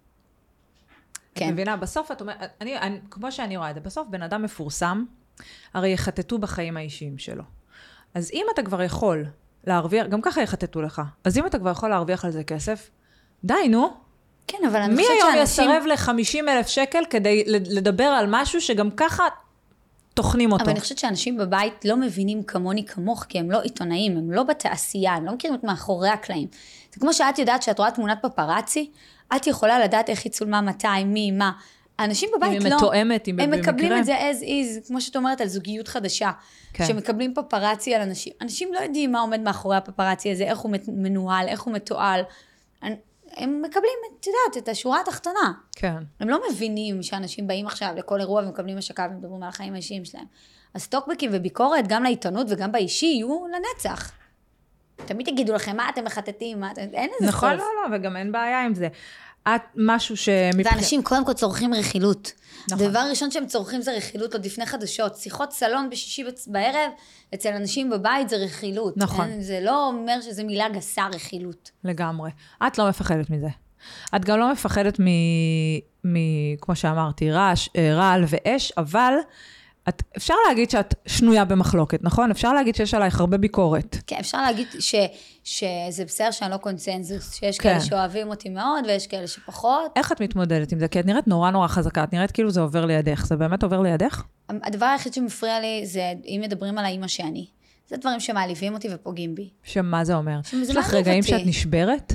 כן. מבינה, בסוף את אומרת, כמו שאני רואה את זה, בסוף בן אדם מפורסם, הרי יחטטו בחיים האישיים שלו. אז אם אתה כבר יכול להרוויח, גם ככה יחטטו לך, אז אם אתה כבר יכול להרוויח על זה כסף, די, נו. כן, אבל אני מי חושבת היום שאנשים... יסרב ל-50,000 שקל כדי לדבר על משהו שגם ככה תוכנים אותו? אבל אני חושבת שאנשים בבית לא מבינים כמוני כמוך, כי הם לא עיתונאים, הם לא בתעשייה, הם לא מכירים את מאחורי הקלעים. זה כמו שאת יודעת שאת רואה תמונת פפרצי, את יכולה לדעת איך היא צולמה, מתי, מי, מה. האנשים בבית לא... היא מתואמת, הם מקבלים את זה as is, כמו שאת אומרת, על זוגיות חדשה. כן. שמקבלים פפרצי על אנשים. אנשים לא יודעים מה עומד מאחורי הפפרצי הזה, איך הוא מנוהל, איך הוא מתועל. הם מקבלים, את יודעת, את השורה התחתונה. כן. הם לא מבינים שאנשים באים עכשיו לכל אירוע ומקבלים השקה ומדברים על החיים האישיים שלהם. אז טוקבקים וביקורת, גם לעיתונות וגם באישי, יהיו לנצח. תמיד יגידו לכם, מה אתם מחטטים, מה אתם... אין איזה סוף. נכון, לא, וגם אין בעיה עם זה. את משהו ואנשים קודם כל צורכים רכילות. נכון. דבר ראשון שהם צורכים זה רכילות, עוד לפני חדשות. שיחות סלון בשישי בערב, אצל אנשים בבית זה רכילות. נכון. זה לא אומר שזה מילה גסה רכילות. לגמרי. את לא מפחדת מזה. את גם לא מפחדת כמו שאמרתי, רעל ואש, אבל אפשר להגיד שאת שנויה במחלוקת, נכון? אפשר להגיד שיש עלייך הרבה ביקורת. כן, אפשר להגיד שזה בסדר שאני לא קונצנזוס, שיש כן. כאלה שאוהבים אותי מאוד ויש כאלה שפחות. איך את מתמודדת עם זה? כי את נראית נורא נורא חזקה, את נראית כאילו זה עובר לידך. זה באמת עובר לידך? הדבר היחיד שמפריע לי זה אם מדברים על האמא שאני. זה דברים שמעליבים אותי ופוגעים בי. שמה זה אומר? שזה יש לך מעליב רגעים אותי. שאת נשברת?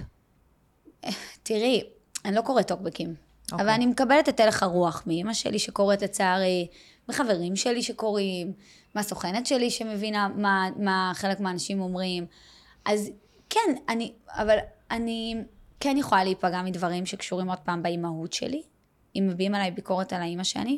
תראי, אני לא קוראת טוקבקים, אוקיי. אבל אני מקבלת את הלך הרוח מאמא שלי שקוראת לצערי, מחברים שלי שקוראים, מהסוכנת שלי שמבינה מה חלק מהאנשים אומרים. אז כן, אבל אני כן יכולה להיפגע מדברים שקשורים עוד פעם באימהות שלי, אם מביאים עליי ביקורת על האמא שאני.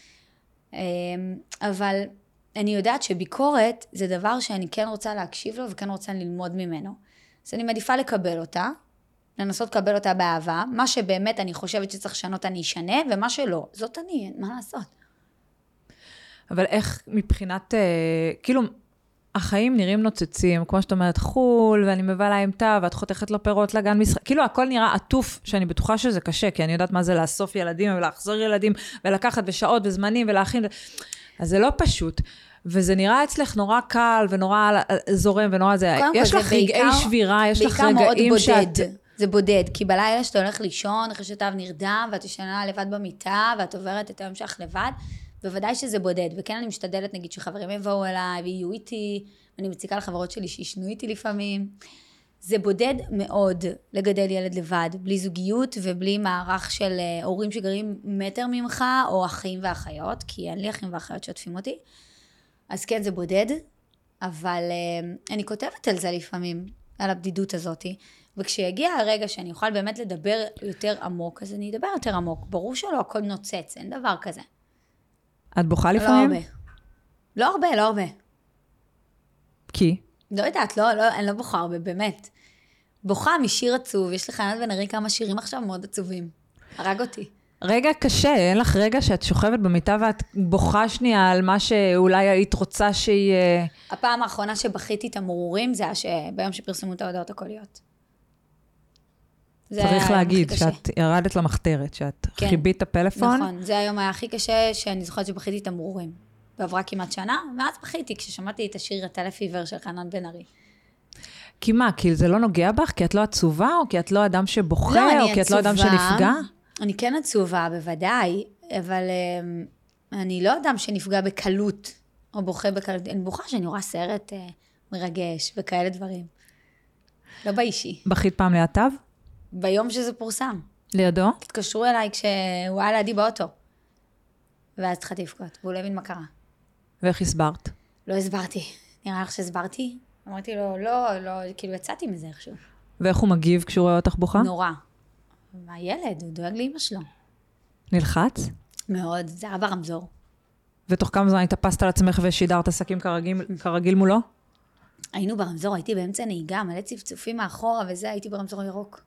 אבל אני יודעת שביקורת זה דבר שאני כן רוצה להקשיב לו וכן רוצה ללמוד ממנו. אז אני מעדיפה לקבל אותה, לנסות לקבל אותה באהבה, מה שבאמת אני חושבת שצריך לשנות אני אשנה, ומה שלא, זאת אני, אין מה לעשות. אבל איך מבחינת, כאילו, החיים נראים נוצצים, כמו שאת אומרת, חול, ואני מבלה עם תא, ואת חותכת לו פירות לגן משחק, כאילו הכל נראה עטוף, שאני בטוחה שזה קשה, כי אני יודעת מה זה לאסוף ילדים, ולהחזור ילדים, ולקחת בשעות וזמנים, ולהכין, אז זה לא פשוט. וזה נראה אצלך נורא קל, ונורא זורם, ונורא זה, יש לך רגעי שבירה, יש לך רגעים שאת... זה בודד, כי בלילה שאתה הולך לישון, אחרי שאתה נרדם, ואת ישנה לבד במיטה, ואת עוברת את היום שלך לבד, בוודאי שזה בודד, וכן אני משתדלת, נגיד, שחברים יבואו אליי, ויהיו איתי, ואני מציקה לחברות שלי שישנו איתי לפעמים. זה בודד מאוד לגדל ילד לבד, בלי זוגיות, ובלי מערך של הורים שגרים מטר ממך, או אחים ואחיות, כי אין לי אחים ואחיות שעוטפים אותי. אז כן, זה בודד, אבל אני כותבת על זה לפעמים, על הבדידות הזאת, וכשיגיע הרגע שאני אוכל באמת לדבר יותר עמוק, אז אני אדבר יותר עמוק. ברור שלא, הכל נוצץ, אין דבר כזה. את בוכה לפעמים? לא הרבה. כי? לא יודעת, אני לא בוכה הרבה, באמת. בוכה משיר עצוב, יש לך ענת בן ארי כמה שירים עכשיו מאוד עצובים. הרג אותי. רגע קשה, אין לך רגע שאת שוכבת במיטה ואת בוכה שנייה על מה שאולי היית רוצה שהיא... הפעם האחרונה שבכיתי את המרורים, זה היה ביום שפרסמו את ההודעות הקוליות. צריך להגיד שאת ירדת למחתרת, שאת חיבית את הפלאפון. נכון, זה היום היה הכי קשה שאני זוכרת שבכיתי את המרורים. ועברה כמעט שנה, ואז בכיתי כששמעתי את השיר הטלף עיוור של ענת בן ארי. כי מה, כי זה לא נוגע בך? כי את לא עצובה, או כי את לא אדם שבוכה, או כי את לא אדם שנפגע? אני כן עצובה, בוודאי, אבל אני לא אדם שנפגע בקלות, או בוכה בקלות. אני בוכה שאני רואה סרט מרגש, וכאלה דברים. לא באישי. בכית פעם ליד תו? ביום שזה פורסם. לידו? התקשרו אליי כשהוא היה לידי באוטו. ואז התחלתי לבכות, והוא לא הבין מה קרה. ואיך הסברת? לא הסברתי. נראה לך שהסברתי? אמרתי לו, לא, כאילו יצאתי מזה איכשהו. ואיך הוא מגיב כשהוא רואה אותך בוכה? נורא. הילד, הוא דואג לאמא שלו. נלחץ? מאוד, זה היה ברמזור. ותוך כמה זמן התאפסת על עצמך ושידרת עסקים כרגיל מולו? היינו ברמזור, הייתי באמצע נהיגה, מלא צפצופים מאחורה וזה, הייתי ברמזור ירוק.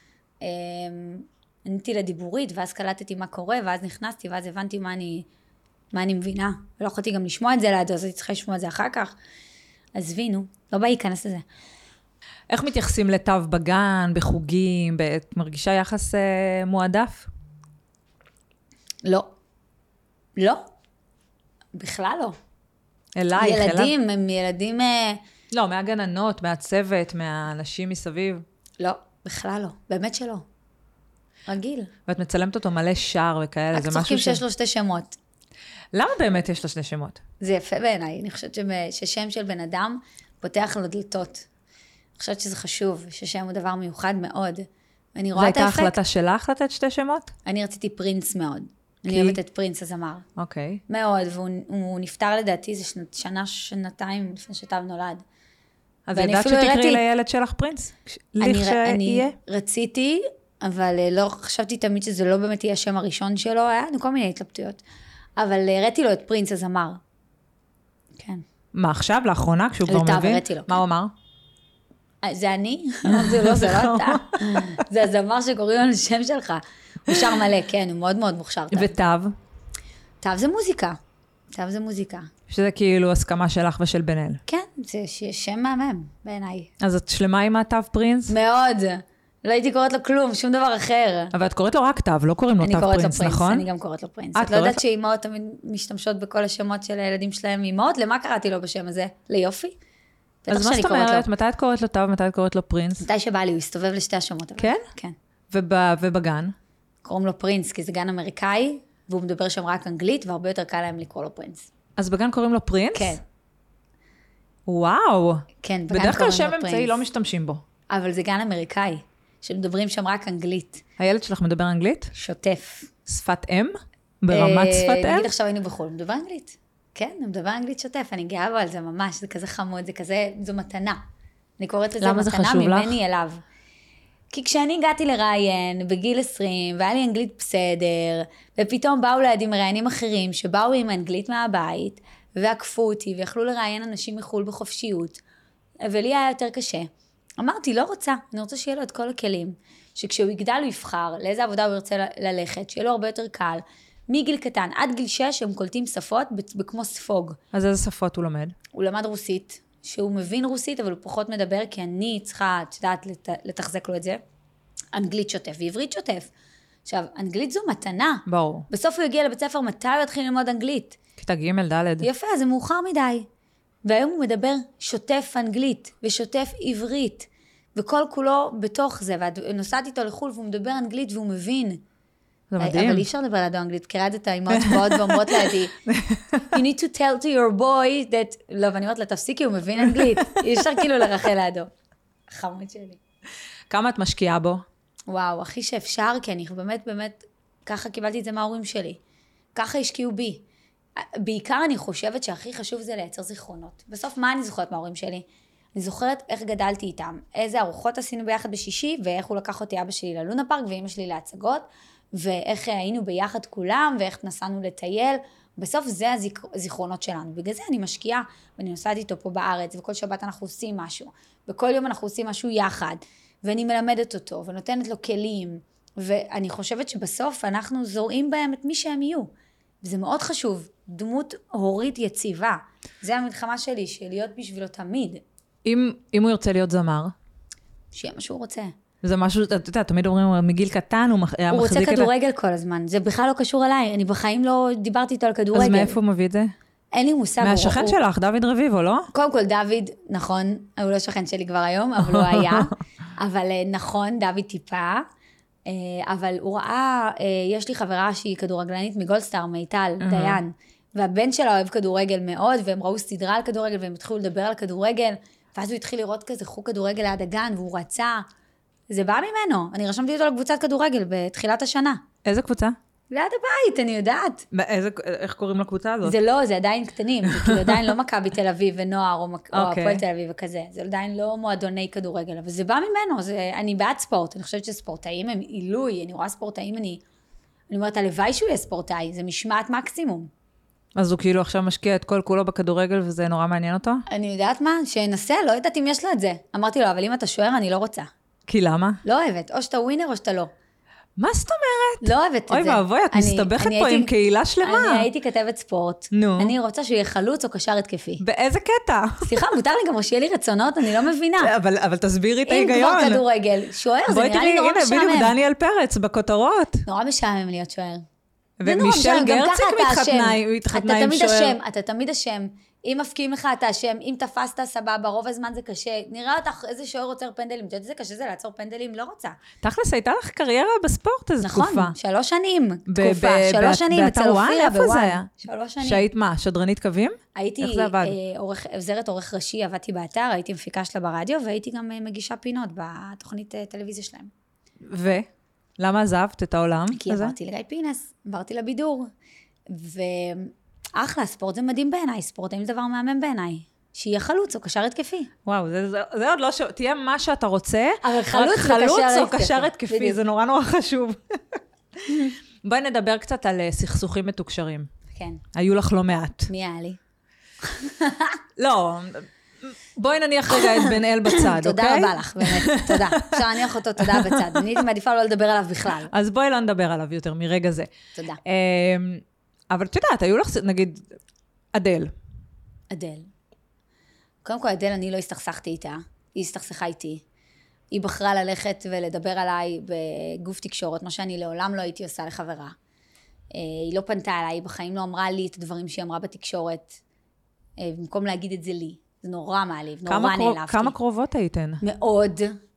עניתי לדיבורית, ואז קלטתי מה קורה, ואז נכנסתי, ואז הבנתי מה אני מבינה. ולא יכולתי גם לשמוע את זה לידו, אז הייתי צריכה לשמוע את זה אחר כך. עזבי, נו, לא בא להיכנס לזה. איך מתייחסים לתו בגן, בחוגים, את מרגישה יחס מועדף? לא. לא. בכלל לא. אלייך, ילדים, הם ילדים... לא, מהגננות, מהצוות, מהאנשים מסביב. לא, בכלל לא. באמת שלא. רגיל. ואת מצלמת אותו מלא שער וכאלה, זה משהו רק צוחקים שיש לו 2 שמות. למה באמת יש לו 2 שמות? זה יפה בעיניי. אני חושבת ששם של בן אדם פותח לו דלתות. אני חושבת שזה חשוב, ששם הוא דבר מיוחד מאוד. ואני רואה את האפקט. זו הייתה החלטה שלך לתת 2 שמות? אני רציתי פרינס מאוד. אני אוהבת את פרינס הזמר. אוקיי. מאוד, והוא נפטר לדעתי, זה שנתיים לפני שתו נולד. אז ידעת שתקראי לילד שלך פרינס? אני רציתי, אבל לא חשבתי תמיד שזה לא באמת יהיה השם הראשון שלו, היה לנו כל מיני התלבטויות. אבל הראיתי לו את פרינס הזמר. כן. מה, עכשיו, לאחרונה, כשהוא כבר מבין? הראיתי לו. מה הוא אמר? זה אני? זה לא אתה. זה הזמר שקוראים לו לשם שלך. הוא שר מלא, כן, הוא מאוד מאוד מוכשר. ותו? תו זה מוזיקה. תו זה מוזיקה. שזה כאילו הסכמה שלך ושל בן-אל. כן, זה שם מהמם בעיניי. אז את שלמה עם התו פרינס? מאוד. לא הייתי קוראת לו כלום, שום דבר אחר. אבל את קוראת לו רק תו, לא קוראים לו תו פרינס, נכון? אני גם קוראת לו פרינס. את לא יודעת שאימהות תמיד משתמשות בכל השמות של הילדים שלהם אימהות? למה קראתי לו בשם הזה? ליופי? אז מה זאת אומרת? מתי את קוראת לו תו, מתי את קוראת לו פרינס? מתי שבא לי, הוא הסתובב לשתי השמות. כן? כן. ובגן? קוראים לו פרינס, כי זה גן אמריקאי, והוא מדבר שם רק אנגלית, והרבה יותר קל להם לקרוא לו פרינס. אז בגן קוראים לו פרינס? כן. וואו. כן, בגן קוראים לו פרינס. בדרך כלל שם אמצעי לא משתמשים בו. אבל זה גן אמריקאי, שמדברים שם רק אנגלית. הילד שלך מדבר אנגלית? שוטף. שפת אם? ברמת שפת אם? נגיד עכשיו היינו בחול, הוא מדבר אנגלית. כן, הוא מדבר אנגלית שוטף, אני גאה בו על זה ממש, זה כזה חמוד, זה כזה, זו מתנה. אני קוראת לזה מתנה ממני אליו. כי כשאני הגעתי לראיין בגיל 20, והיה לי אנגלית בסדר, ופתאום באו לידי מראיינים אחרים, שבאו עם אנגלית מהבית, ועקפו אותי, ויכלו לראיין אנשים מחול בחופשיות, ולי היה יותר קשה. אמרתי, לא רוצה, אני רוצה שיהיה לו את כל הכלים, שכשהוא יגדל הוא יבחר, לאיזה עבודה הוא ירצה ללכת, שיהיה לו הרבה יותר קל, מגיל קטן, עד גיל 6 הם קולטים שפות כמו ספוג. אז איזה שפות הוא לומד? הוא למד רוסית, שהוא מבין רוסית, אבל הוא פחות מדבר, כי אני צריכה, את יודעת, לתחזק לו את זה. אנגלית שוטף ועברית שוטף. עכשיו, אנגלית זו מתנה. ברור. בסוף הוא יגיע לבית ספר, מתי הוא יתחיל ללמוד אנגלית? כיתה ג' ד'. יפה, זה מאוחר מדי. והיום הוא מדבר שוטף אנגלית ושוטף עברית, וכל כולו בתוך זה, ונוסעת איתו לחול, והוא מדבר אנגלית והוא מבין. זה מדהים. אבל אי אפשר לדבר לידו אנגלית, כי ראית את האימהות שבאות ואומרות לידי, you need to tell to your boy that, לא, ואני אומרת לה, תפסיקי, הוא מבין אנגלית. אי אפשר כאילו לרחל לידו. חמוד שלי. כמה את משקיעה בו? וואו, הכי שאפשר, כי אני באמת, ככה קיבלתי את זה מההורים שלי. ככה השקיעו בי. בעיקר אני חושבת שהכי חשוב זה לייצר זיכרונות. בסוף, מה אני זוכרת מההורים שלי? אני זוכרת איך גדלתי איתם, איזה ארוחות עשינו ביחד בשישי, ואיך הוא לקח אותי אבא שלי ללונה פארק, ואמא שלי להצגות, ואיך היינו ביחד כולם, ואיך נסענו לטייל. בסוף זה הזיכרונות שלנו. בגלל זה אני משקיעה, ואני נוסעת איתו פה בארץ, וכל שבת אנחנו עושים משהו, וכל יום אנחנו עושים משהו יחד, ואני מלמדת אותו, ונותנת לו כלים, ואני חושבת שבסוף אנחנו זורעים בהם את מי שהם יהיו. וזה מאוד חשוב, דמות הורית יציבה. זה המלחמה שלי, של להיות בשבילו תמיד. אם הוא ירצה להיות זמר? שיהיה מה שהוא רוצה. זה משהו, אתה יודע, תמיד אומרים, מגיל קטן הוא מחזיק את... הוא רוצה כדורגל כל הזמן, זה בכלל לא קשור אליי, אני בחיים לא דיברתי איתו על כדורגל. אז מאיפה הוא מביא את זה? אין לי מושג. מהשכן שלך, דוד רביבו, לא? קודם כל, דוד, נכון, הוא לא שכן שלי כבר היום, אבל הוא היה. אבל נכון, דוד טיפה. אבל הוא ראה, יש לי חברה שהיא כדורגלנית מגולדסטאר, מיטל, דיין, והבן שלה אוהב כדורגל מאוד, והם ראו סדרה על כדורגל, והם התחילו לדבר על כדורגל, ואז הוא התחיל לראות כזה חוג כדורגל ליד הגן, והוא רצה. זה בא ממנו. אני רשמתי אותו לקבוצת כדורגל בתחילת השנה. איזה קבוצה? ליד הבית, אני יודעת. איך קוראים לקבוצה הזאת? זה לא, זה עדיין קטנים. זה כאילו עדיין לא מכבי תל אביב ונוער, או הפועל תל אביב וכזה. זה עדיין לא מועדוני כדורגל, אבל זה בא ממנו. אני בעד ספורט. אני חושבת שספורטאים הם עילוי. אני רואה ספורטאים, אני אומרת, הלוואי שהוא יהיה ספורטאי. זה משמעת מקסימום. אז הוא כאילו עכשיו משקיע את כל כולו בכדורגל, וזה נורא מעניין אותו? אני יודעת מה? שינסה, לא יודעת אם יש לו את זה. אמרתי לו, אבל אם אתה שוער, אני לא רוצה. כי למה? לא אוהבת. או שאתה ווינר או שאתה לא. מה זאת אומרת? לא אוהבת את זה. אוי ואבוי, את מסתבכת פה עם קהילה שלמה. אני הייתי כתבת ספורט. נו. אני רוצה שהוא יהיה חלוץ או קשר התקפי. באיזה קטע? סליחה, מותר לי גם שיהיה לי רצונות, אני לא מבינה. אבל תסבירי את ההיגיון. אם כבר כדורגל, שוער, זה נראה לי נורא משעמם. בואי תראי, הנה, בדיוק דניאל פרץ בכותרות. נורא משעמם להיות שוער. ומישל גרציק מתחתנה עם שוער. אתה תמיד אשם. אם מפקיעים לך, אתה אשם. אם תפסת סבבה, רוב הזמן זה קשה. נראה אותך איזה שוער עוצר פנדלים. אתה יודע שזה קשה, זה לעצור פנדלים, לא רוצה. תכלס, הייתה לך קריירה בספורט איזו תקופה. נכון, 3 שנים. תקופה, 3 שנים, אצל אופירה בוואן. 3 שנים. שהיית מה, שדרנית קווים? הייתי עוזרת עורך ראשי, עבדתי באתר, הייתי מפיקה שלה ברדיו, והייתי גם מגישה פינות בתוכנית טלוויזיה שלהם. למה עזבת את העולם? כי עברתי לגיא פינס, עברתי לבידור. ואחלה, ספורט זה מדהים בעיניי, ספורט אין דבר מהמם בעיניי. שיהיה חלוץ או קשר התקפי. וואו, זה עוד לא תהיה מה שאתה רוצה. אבל חלוץ או קשר התקפי, זה נורא נורא חשוב. בואי נדבר קצת על סכסוכים מתוקשרים. כן. היו לך לא מעט. מי היה לי? לא, בואי נניח רגע את בן אל בצד, אוקיי? תודה רבה לך, באמת, תודה. אפשר להניח אותו, תודה בצד. אני הייתי מעדיפה לא לדבר עליו בכלל. אז בואי לא נדבר עליו יותר מרגע זה. תודה. אבל את יודעת, היו לך, נגיד, אדל. אדל. קודם כל, אדל, אני לא הסתכסכתי איתה. היא הסתכסכה איתי. היא בחרה ללכת ולדבר עליי בגוף תקשורת, מה שאני לעולם לא הייתי עושה לחברה. היא לא פנתה עליי, היא בחיים לא אמרה לי את הדברים שהיא אמרה בתקשורת, במקום להגיד את זה לי. זה נורא מעליב, נורא נעלבתי. כמה קרובות הייתן? מאוד.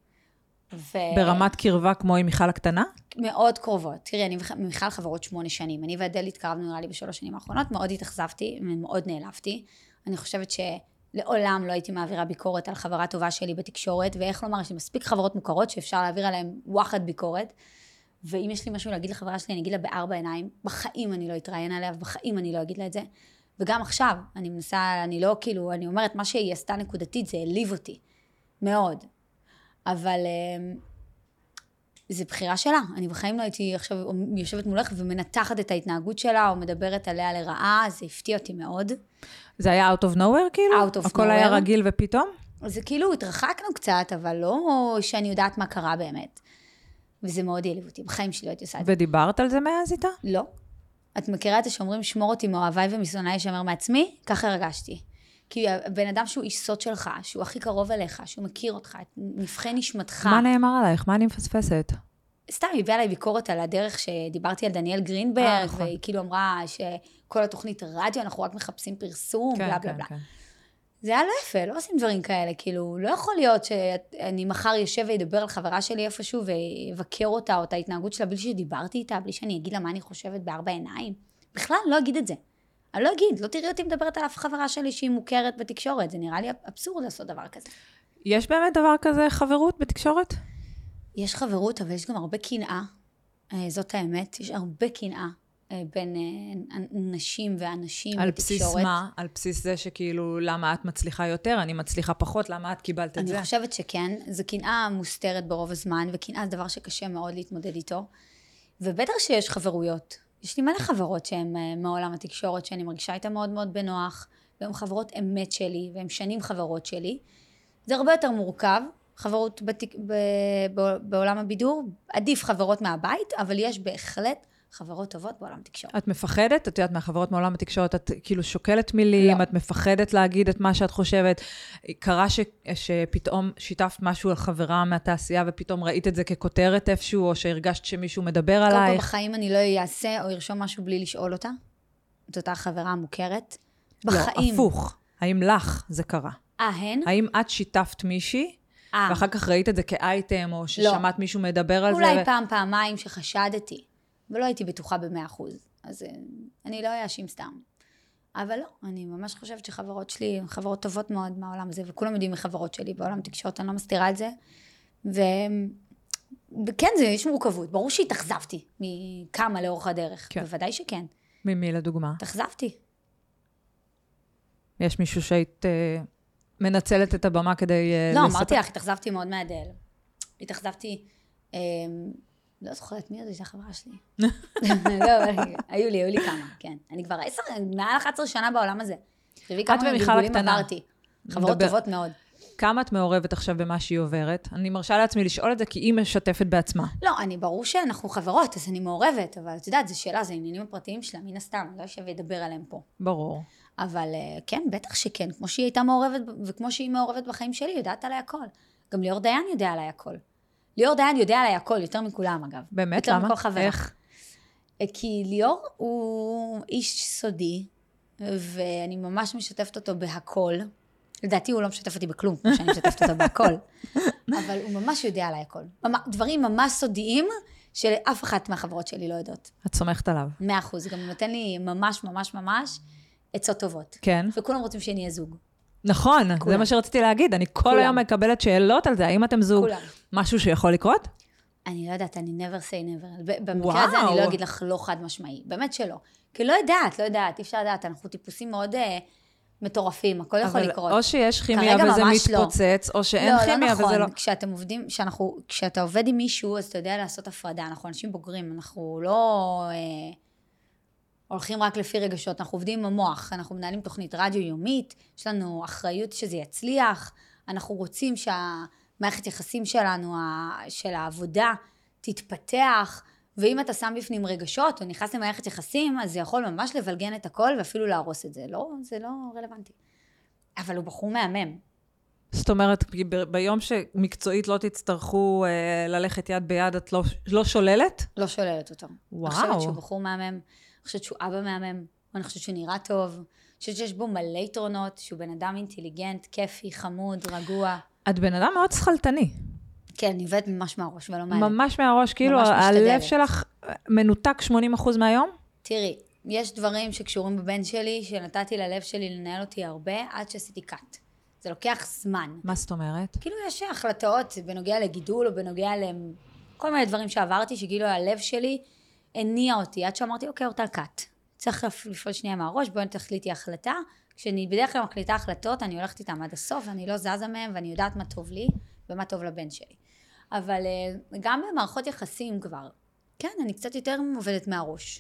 ברמת קרבה כמו עם מיכל הקטנה? מאוד קרובות. תראי, אני ומיכל חברות 8 שנים. אני ואדל התקרבנו נראה לי ב3 שנים האחרונות, מאוד התאכזבתי, מאוד נעלבתי. אני חושבת שלעולם לא הייתי מעבירה ביקורת על חברה טובה שלי בתקשורת, ואיך לומר, יש לי מספיק חברות מוכרות שאפשר להעביר עליהן וואחד ביקורת, ואם יש לי משהו להגיד לחברה שלי, אני אגיד לה ב4 עיניים, בחיים אני לא אתראיין עליה, בחיים אני לא אגיד לה את זה. וגם עכשיו, אני מנסה, אני לא כאילו, אני אומרת, מה שהיא עשתה נקודתית, זה העליב אותי. מאוד. אבל זה בחירה שלה. אני בחיים לא הייתי עכשיו יושבת מולך ומנתחת את ההתנהגות שלה, או מדברת עליה לרעה, זה הפתיע אותי מאוד. זה היה out of nowhere כאילו? out of nowhere. הכל היה רגיל ופתאום? זה כאילו, התרחקנו קצת, אבל לא שאני יודעת מה קרה באמת. וזה מאוד העליב אותי. בחיים שלי לא הייתי עושה את זה. ודיברת על זה מאז איתה? לא. את מכירה את זה שאומרים, שמור אותי מאוהביי ומשונאיי שמר מעצמי? ככה הרגשתי. כי הבן אדם שהוא איש סוד שלך, שהוא הכי קרוב אליך, שהוא מכיר אותך, את נבחי נשמתך. מה נאמר עלייך? מה אני מפספסת? סתם, היא הביאה עליי ביקורת על הדרך שדיברתי על דניאל גרינברג, והיא כאילו אמרה שכל התוכנית רדיו, אנחנו רק מחפשים פרסום, בלה בלה בלה. זה היה לא יפה, לא עושים דברים כאלה, כאילו, לא יכול להיות שאני מחר יושב וידבר על חברה שלי איפשהו, ויבקר אותה, או את ההתנהגות שלה, בלי שדיברתי איתה, בלי שאני אגיד לה מה אני חושבת ב4 עיניים. בכלל, לא אגיד את זה. אני לא אגיד, לא תראי אותי מדברת על אף חברה שלי שהיא מוכרת בתקשורת, זה נראה לי אבסורד לעשות דבר כזה. יש באמת דבר כזה חברות בתקשורת? יש חברות, אבל יש גם הרבה קנאה, זאת האמת, יש הרבה קנאה בין נשים ואנשים על בתקשורת. בסיס מה? על בסיס זה שכאילו, למה את מצליחה יותר, אני מצליחה פחות, למה את קיבלת את זה? אני חושבת שכן, זו קנאה מוסתרת ברוב הזמן, וקנאה זה דבר שקשה מאוד להתמודד איתו, ובטח שיש חברויות. יש לי מלא חברות שהן מעולם התקשורת, שאני מרגישה איתה מאוד מאוד בנוח, והן חברות אמת שלי, והן שנים חברות שלי. זה הרבה יותר מורכב, חברות בעולם הבידור, עדיף חברות מהבית, אבל יש בהחלט חברות טובות בעולם התקשורת. את מפחדת? את יודעת, מהחברות מעולם התקשורת, את כאילו שוקלת מילים, לא. את מפחדת להגיד את מה שאת חושבת. קרה שפתאום שיתפת משהו על חברה מהתעשייה, ופתאום ראית את זה ככותרת איפשהו, או שהרגשת שמישהו מדבר עלייך? כל בחיים אני לא אעשה או ירשום משהו בלי לשאול אותה. את אותה חברה מוכרת. בחיים. לא, הפוך. האם לך זה קרה? הן? האם את שיתפת מישהי, ואחר כך ראית את זה כאייטם, או ששמעת מישהו מדבר על זה? אולי פעמיים שחשדתי. ולא הייתי בטוחה ב100%, אז אני לא אאשים סתם. אבל לא, אני ממש חושבת שחברות שלי הן חברות טובות מאוד מהעולם הזה, וכולם יודעים מחברות שלי בעולם תקשורת, אני לא מסתירה את זה. וכן, יש מורכבות. ברור שהתאכזבתי מכמה לאורך הדרך. כן. בוודאי שכן. ממי לדוגמה? התאכזבתי. יש מישהו שהיית מנצלת את הבמה כדי לא, אמרתי לך, התאכזבתי מאוד מהדל. התאכזבתי... לא זוכרת מי עוד הייתה חברה שלי. לא, היו לי כמה, כן. אני כבר מעל 11 שנה בעולם הזה. את ומיכל הקטנה. חברות טובות מאוד. כמה את מעורבת עכשיו במה שהיא עוברת? אני מרשה לעצמי לשאול את זה, כי היא משתפת בעצמה. לא, ברור שאנחנו חברות, אז אני מעורבת, אבל את יודעת, זו שאלה, זה עניינים הפרטיים שלה, מן הסתם, לא שווה לדבר עליהם פה. ברור. אבל כן, בטח שכן, כמו שהיא הייתה מעורבת, וכמו שהיא מעורבת בחיים שלי, יודעת עליי הכל. גם ליאור דיין יודע עליי הכל. ליאור דיין יודע עליי הכל, יותר מכולם אגב. באמת? יותר למה? מכל חברה. איך? כי ליאור הוא איש סודי, ואני ממש משתפת אותו בהכל. לדעתי הוא לא משתף אותי בכלום, כמו שאני משתפת אותו בהכל. אבל הוא ממש יודע עליי הכל. דברים ממש סודיים, שאף אחת מהחברות שלי לא יודעות. את סומכת עליו. 100%. גם הוא נותן לי ממש ממש ממש עצות טובות. כן. וכולם רוצים שנהיה זוג. נכון, זה מה שרציתי להגיד. אני כל היום מקבלת שאלות על זה. האם אתם זוג? משהו שיכול לקרות? אני לא יודעת, אני never say never. במקרה הזה אני לא אגיד לך לא חד משמעי. באמת שלא. כי לא יודעת, אי אפשר לדעת. אנחנו טיפוסים מאוד מטורפים, הכל יכול לקרות. או שיש כימיה וזה מתפוצץ, או שאין כימיה וזה לא. לא, כשאתם עובדים, כשאתה עובד עם מישהו, אז אתה יודע לעשות הפרדה. אנחנו אנשים בוגרים, אנחנו לא הולכים רק לפי רגשות, אנחנו עובדים עם המוח, אנחנו מנהלים תוכנית רדיו יומית, יש לנו אחריות שזה יצליח, אנחנו רוצים שהמערכת יחסים שלנו, של העבודה, תתפתח, ואם אתה שם בפנים רגשות, או נכנס למערכת יחסים, אז זה יכול ממש לבלגן את הכל, ואפילו להרוס את זה. לא, זה לא רלוונטי. אבל הוא בחור מהמם. זאת אומרת, ביום שמקצועית לא תצטרכו ללכת יד ביד, את לא שוללת? לא שוללת אותו. וואו. אני חושבת שהוא בחור מהמם, אני חושבת שהוא אבא מהמם, אני חושבת שהוא נראה טוב, אני חושבת שיש בו מלא יתרונות, שהוא בן אדם אינטליגנט, כיפי, חמוד, רגוע. את בן אדם מאוד שכלתני. כן, אני עובדת ממש מהראש ולא מהלב. ממש מהראש, כאילו הלב שלך מנותק 80% מהיום? תראי, יש דברים שקשורים בבן שלי, שנתתי ללב שלי לנהל אותי הרבה, עד שעשיתי קאט. זה לוקח זמן. מה זאת אומרת? כאילו יש החלטות בנוגע לגידול, או בנוגע לכל מיני דברים שעברתי, שכאילו הלב שלי הניע אותי, עד שאמרתי, אוקיי, אותה קאט. צריך לפעול שנייה מהראש, בואי תחליטי החלטה. כשאני בדרך כלל מחליטה החלטות, אני הולכת איתם עד הסוף, אני לא זזה מהם, ואני יודעת מה טוב לי, ומה טוב לבן שלי. אבל גם במערכות יחסים כבר, כן, אני קצת יותר עובדת מהראש.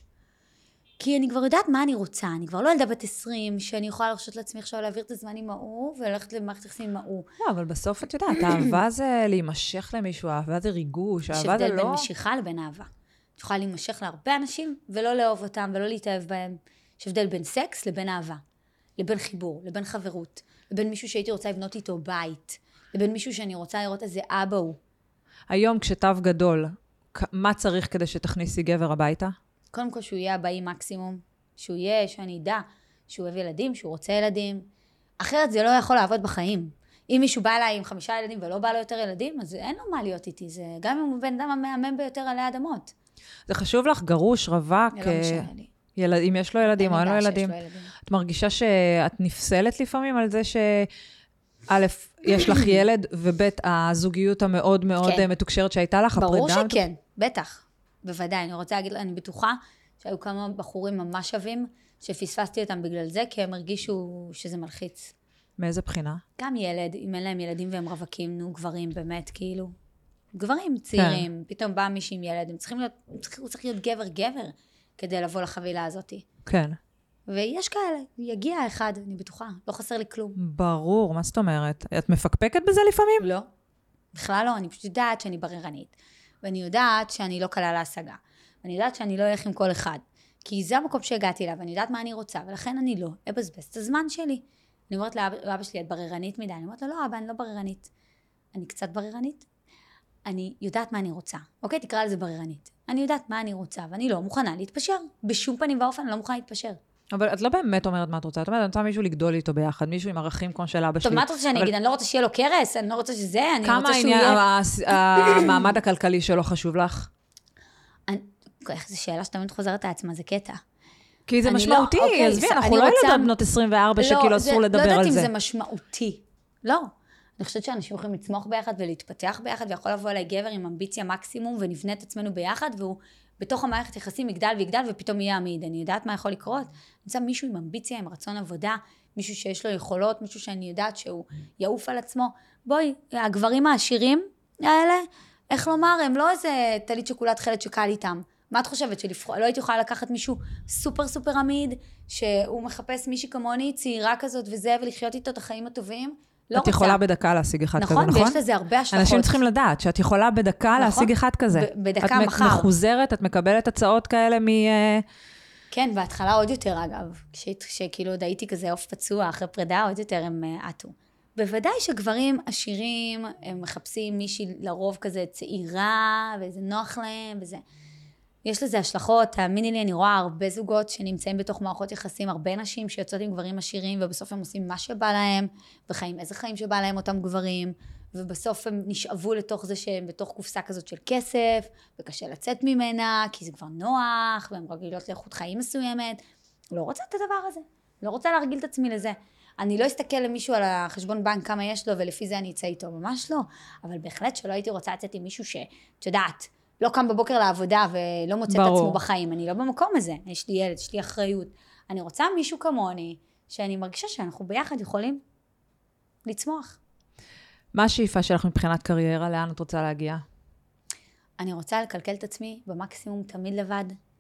כי אני כבר יודעת מה אני רוצה, אני כבר לא ילדה בת 20, שאני יכולה לרשות לעצמי עכשיו להעביר את הזמן עם ההוא, וללכת למערכת יחסים עם ההוא. לא, אבל בסוף את יודעת, אהבה זה להימשך למישהו, אהבה זה ריגוש, אהבה זה לא... יש הבדל בין משיכה לבין אהבה. את יכולה להימשך להרבה אנשים, ולא לאהוב אותם, ולא להתאהב בהם. יש הבדל בין סקס לבין אהבה, לבין חיבור, לבין חברות, לבין מישהו שהייתי רוצה לבנות איתו בית, לבין מישהו שאני רוצה לראות איזה אבא הוא. היום כשתו גדול, מה צריך כדי שתכניסי גבר הביתה? קודם כל שהוא יהיה הבאי מקסימום, שהוא יהיה, שאני אדע, שהוא אוהב ילדים, שהוא רוצה ילדים. אחרת זה לא יכול לעבוד בחיים. אם מישהו בא אליי עם 5 ילדים ולא בא לו יותר ילדים, אז אין לו מה להיות איתי. זה גם אם הוא בן אדם המהמם ביותר עלי אדמות. זה חשוב לך גרוש, רווק? לא משנה לי. אם יש לו ילדים או אין לו ילדים. את מרגישה שאת נפסלת לפעמים על זה א', יש לך ילד, וב', הזוגיות המאוד מאוד מתוקשרת שהייתה לך, ברור שכן, בטח. בוודאי, אני רוצה להגיד, אני בטוחה שהיו כמה בחורים ממש שווים, שפספסתי אותם בגלל זה, כי הם הרגישו שזה מלחיץ. מאיזה בחינה? גם ילד, אם אין להם ילדים והם רווקים, גברים באמת, כאילו. גברים צעירים, פתאום בא מישהו עם ילד, הוא צריך להיות גבר, כדי לבוא לחבילה הזאת. כן. ויש כאלה, יגיע אחד, אני בטוחה, לא חסר לי כלום. ברור, מה זאת אומרת? את מפקפקת בזה לפעמים? לא, בכלל לא, אני פשוט יודעת שאני בררנית, ואני יודעת שאני לא קלה להשגה, ואני יודעת שאני לא אלך עם כל אחד, כי זה המקום שהגעתי אליו, ואני יודעת מה אני רוצה, ולכן אני לא אבזבז את הזמן שלי. אני אומרת לאבא שלי, את בררנית מדי, אני אומרת לו, לא אבא, אני לא בררנית. אני קצת בררנית, אני יודעת מה אני רוצה, אוקיי? תקרא לזה בררנית. אני יודעת מה אני רוצה, ואני לא מוכנה להתפשר, בשום פנים ואופן אני לא מוכנה להתפשר. אבל את לא באמת אומרת מה את רוצה, את אומרת, אני רוצה מישהו לגדול איתו ביחד, מישהו עם ערכים כמו של אבא שלי. טוב, מה את רוצה שאני אגיד? אני לא רוצה שיהיה לו קרס, אני לא רוצה שזה, אני רוצה שהוא יהיה... כמה המעמד הכלכלי שלו חשוב לך? זו שאלה שתמיד חוזרת לעצמה, זה קטע. כי זה משמעותי, עזבי, אנחנו לא ילדות בנות 24 שכאילו אסור לדבר על זה. לא יודעת אם זה משמעותי, לא. אני חושבת שאנשים יכולים לצמוח ביחד ולהתפתח ביחד, ויכול לבוא אליי גבר עם אמביציה מקסימום, ונבנה את עצמנו ביחד, והוא בתוך המערכת יחסים יגדל ויגדל, ופתאום יהיה עמיד. אני יודעת מה יכול לקרות. אני רוצה מישהו עם אמביציה, עם רצון עבודה, מישהו שיש לו יכולות, מישהו שאני יודעת שהוא יעוף על עצמו. בואי, הגברים העשירים האלה, איך לומר, הם לא איזה טלית שכולת חלד שקל איתם. מה את חושבת? לא הייתי יכולה לקחת מישהו סופר סופר עמיד, שהוא מחפש מישהי כמוני, צעירה כזאת וזה, ולחיות איתו את החיים הטובים? לא את יכולה בדקה להשיג אחד כזה, נכון? נכון, ויש לזה הרבה השלכות. אנשים צריכים לדעת שאת יכולה בדקה להשיג אחד כזה. בדקה מחר. את מחוזרת, את מקבלת הצעות כאלה כן, בהתחלה עוד יותר אגב, כשכאילו עוד הייתי כזה עוף פצוע אחרי פרידה, עוד יותר הם עטו. בוודאי שגברים עשירים, הם מחפשים מישהי לרוב כזה צעירה, וזה נוח להם, וזה... יש לזה השלכות, תאמיני לי, אני רואה הרבה זוגות שנמצאים בתוך מערכות יחסים, הרבה נשים שיוצאות עם גברים עשירים, ובסוף הם עושים מה שבא להם, וחיים איזה חיים שבא להם אותם גברים, ובסוף הם נשאבו לתוך זה שהם בתוך קופסה כזאת של כסף, וקשה לצאת ממנה, כי זה כבר נוח, והם רגילות לאיכות חיים מסוימת. לא רוצה את הדבר הזה, לא רוצה להרגיל את עצמי לזה. אני לא אסתכל למישהו על החשבון בנק כמה יש לו, ולפי זה אני אצא איתו, ממש לא. אבל בהחלט שלא הייתי רוצה לצאת עם מישהו שאת יודעת, לא קם בבוקר לעבודה ולא מוצא את עצמו בחיים. אני לא במקום הזה, יש לי ילד, יש לי אחריות. אני רוצה מישהו כמוני, שאני מרגישה שאנחנו ביחד יכולים לצמוח. מה השאיפה שלך מבחינת קריירה? לאן את רוצה להגיע? אני רוצה לקלקל את עצמי במקסימום תמיד לבד.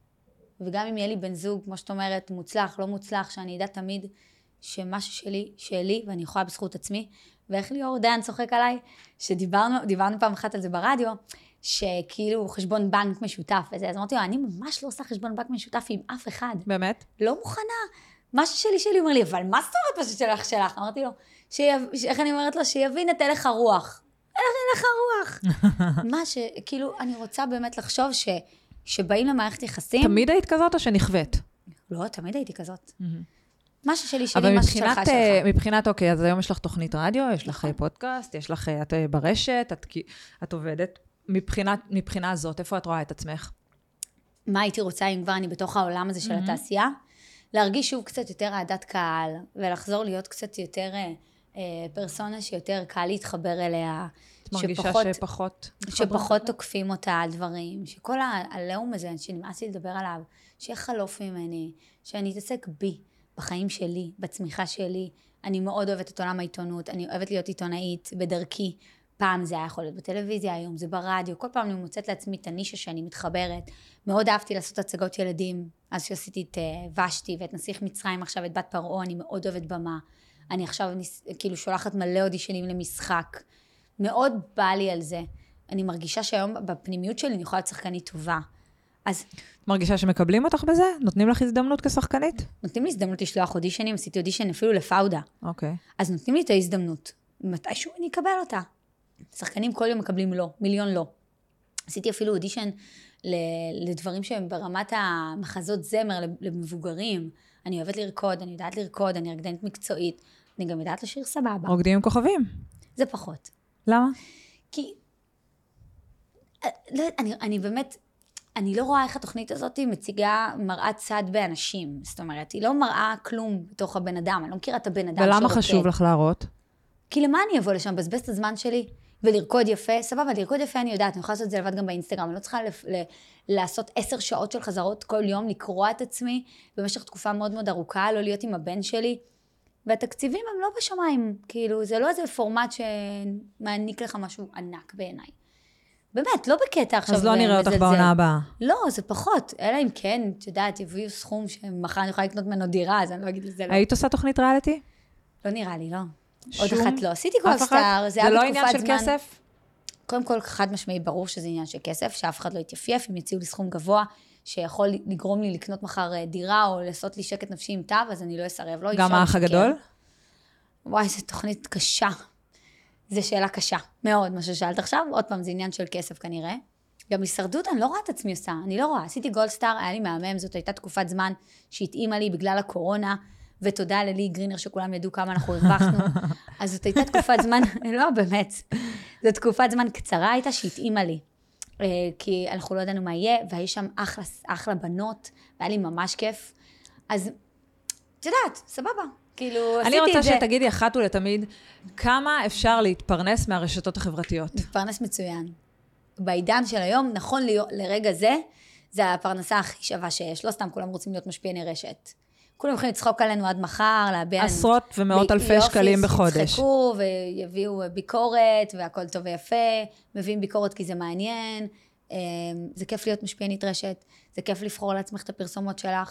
וגם אם יהיה לי בן זוג, כמו שאת אומרת, מוצלח, לא מוצלח, שאני אדע תמיד שמשהו שלי, ואני יכולה בזכות עצמי. ואיך ליאור דיין צוחק עליי, שדיברנו פעם אחת על זה ברדיו, שכאילו חשבון בנק משותף וזה, אז אמרתי לו, אני ממש לא עושה חשבון בנק משותף עם אף אחד. באמת? לא מוכנה. משהו שלי אומר לי, אבל מה זאת אומרת משהו שלך? אמרתי לו, איך אני אומרת לו? שיבין את הלך הרוח. הלך הרוח. מה שכאילו, אני רוצה באמת לחשוב שבאים למערכת יחסים. תמיד היית כזאת או שנכווית? לא, תמיד הייתי כזאת. משהו שלי, משהו שלך. מבחינת, אוקיי, אז היום יש לך תוכנית רדיו, יש לך פודקאסט, יש לך, את ברשת, את עובדת. מבחינה הזאת, איפה את רואה את עצמך? מה הייתי רוצה אם כבר אני בתוך העולם הזה של התעשייה? להרגיש שוב קצת יותר אהדת קהל, ולחזור להיות קצת יותר פרסונה שיותר קל להתחבר אליה. את מרגישה שפחות תוקפים אותה על דברים, שכל הלאום הזה שנמאס לי לדבר עליו, שיהיה חלוף ממני, שאני אתעסק בי, בחיים שלי, בצמיחה שלי. אני מאוד אוהבת את עולם העיתונות, אני אוהבת להיות עיתונאית בדרכי. פעם זה היה יכול להיות בטלוויזיה, היום זה ברדיו, כל פעם אני מוצאת לעצמי את הנישה שאני מתחברת. מאוד אהבתי לעשות הצגות ילדים, אז שעשיתי את ושתי ואת נסיך מצרים, עכשיו את בת פרעה, אני מאוד אוהבת במה. אני עכשיו כאילו שולחת מלא אודישנים למשחק. מאוד בא לי על זה. אני מרגישה שהיום בפנימיות שלי אני יכולה להיות שחקנית טובה. אז... מרגישה שמקבלים אותך בזה? נותנים לך הזדמנות כשחקנית? נותנים לי הזדמנות לשלוח אודישנים, עשיתי אודישן אפילו לפאודה. אוקיי. אז נותנים לי את ההזדמנות. מתישהו אני אקבל אותה. שחקנים כל יום מקבלים לא, מיליון לא. עשיתי אפילו אודישן לדברים שהם ברמת המחזות זמר למבוגרים. אני אוהבת לרקוד, אני יודעת לרקוד, אני רקדנית מקצועית. אני גם יודעת לשיר סבבה. רוקדים עם כוכבים? זה פחות. למה? כי אני באמת, אני לא רואה איך התוכנית הזאת מציגה מראת צד באנשים. זאת אומרת, היא לא מראה כלום בתוך הבן אדם. אני לא מכירה את הבן אדם שרוקד. ולמה חשוב לך להראות? כי למה אני אבוא לשם? בזבז את הזמן שלי ולרקוד יפה? סבבה, לרקוד יפה אני יודעת, אני יכולה לעשות את זה לבד גם באינסטגרם. אני לא צריכה לעשות 10 שעות של חזרות כל יום, לקרוא את עצמי במשך תקופה מאוד מאוד ארוכה, לא להיות עם הבן שלי. והתקציבים הם לא בשמיים. כאילו, זה לא איזה פורמט שמעניק לך משהו ענק בעיניי. באמת, לא בקטע עכשיו. אז לא נראה אותך בעונה הבאה. לא, זה פחות. אלא אם כן, את יודעת, יביאו סכום שמחר אני יכולה לקנות ממנו דירה, אז אני לא אגיד לזה לא. היית עושה תוכנית ריאליטי? לא נראה לי, לא. עוד אחת לא. עשיתי גולדסטאר, זה היה בתקופת זמן. זה לא עניין של כסף? קודם כל, חד משמעי, ברור שזה עניין של כסף, שאף אחד לא יתייפייף, אם יציעו לי סכום גבוה, שיכול לגרום לי לקנות מחר דירה, או לעשות לי שקט נפשי עם תו, אז אני לא אסרב. לא גם האח הגדול? וואי, זו תוכנית קשה. זו שאלה קשה. מאוד, מה ששאלת עכשיו. עוד פעם, זה עניין של כסף כנראה. גם הישרדות, אני לא רואה את עצמי עושה. אני לא רואה. עשיתי גולדסטאר, היה לי מהמם, זאת הייתה תקופת זמן שהתאימה לי בגלל הקורונה, ותודה ללי גרינר שכולם ידעו כמה אנחנו הרווחנו. אז זאת הייתה תקופת זמן, לא באמת, זו תקופת זמן קצרה הייתה שהתאימה לי. כי אנחנו לא ידענו מה יהיה, והיו שם אחלה בנות, והיה לי ממש כיף. אז, את יודעת, סבבה. כאילו, אני רוצה שתגידי אחת ולתמיד, כמה אפשר להתפרנס מהרשתות החברתיות? להתפרנס מצוין. בעידן של היום, נכון לרגע זה, זה הפרנסה הכי שווה שיש. לא סתם כולם רוצים להיות משפיעני רשת. כולם יכולים לצחוק עלינו עד מחר, להביע... עשרות ומאות אלפי שקלים בחודש. יצחקו ויביאו ביקורת, והכל טוב ויפה, מביאים ביקורת כי זה מעניין, זה כיף להיות משפיענית רשת, זה כיף לבחור לעצמך את הפרסומות שלך,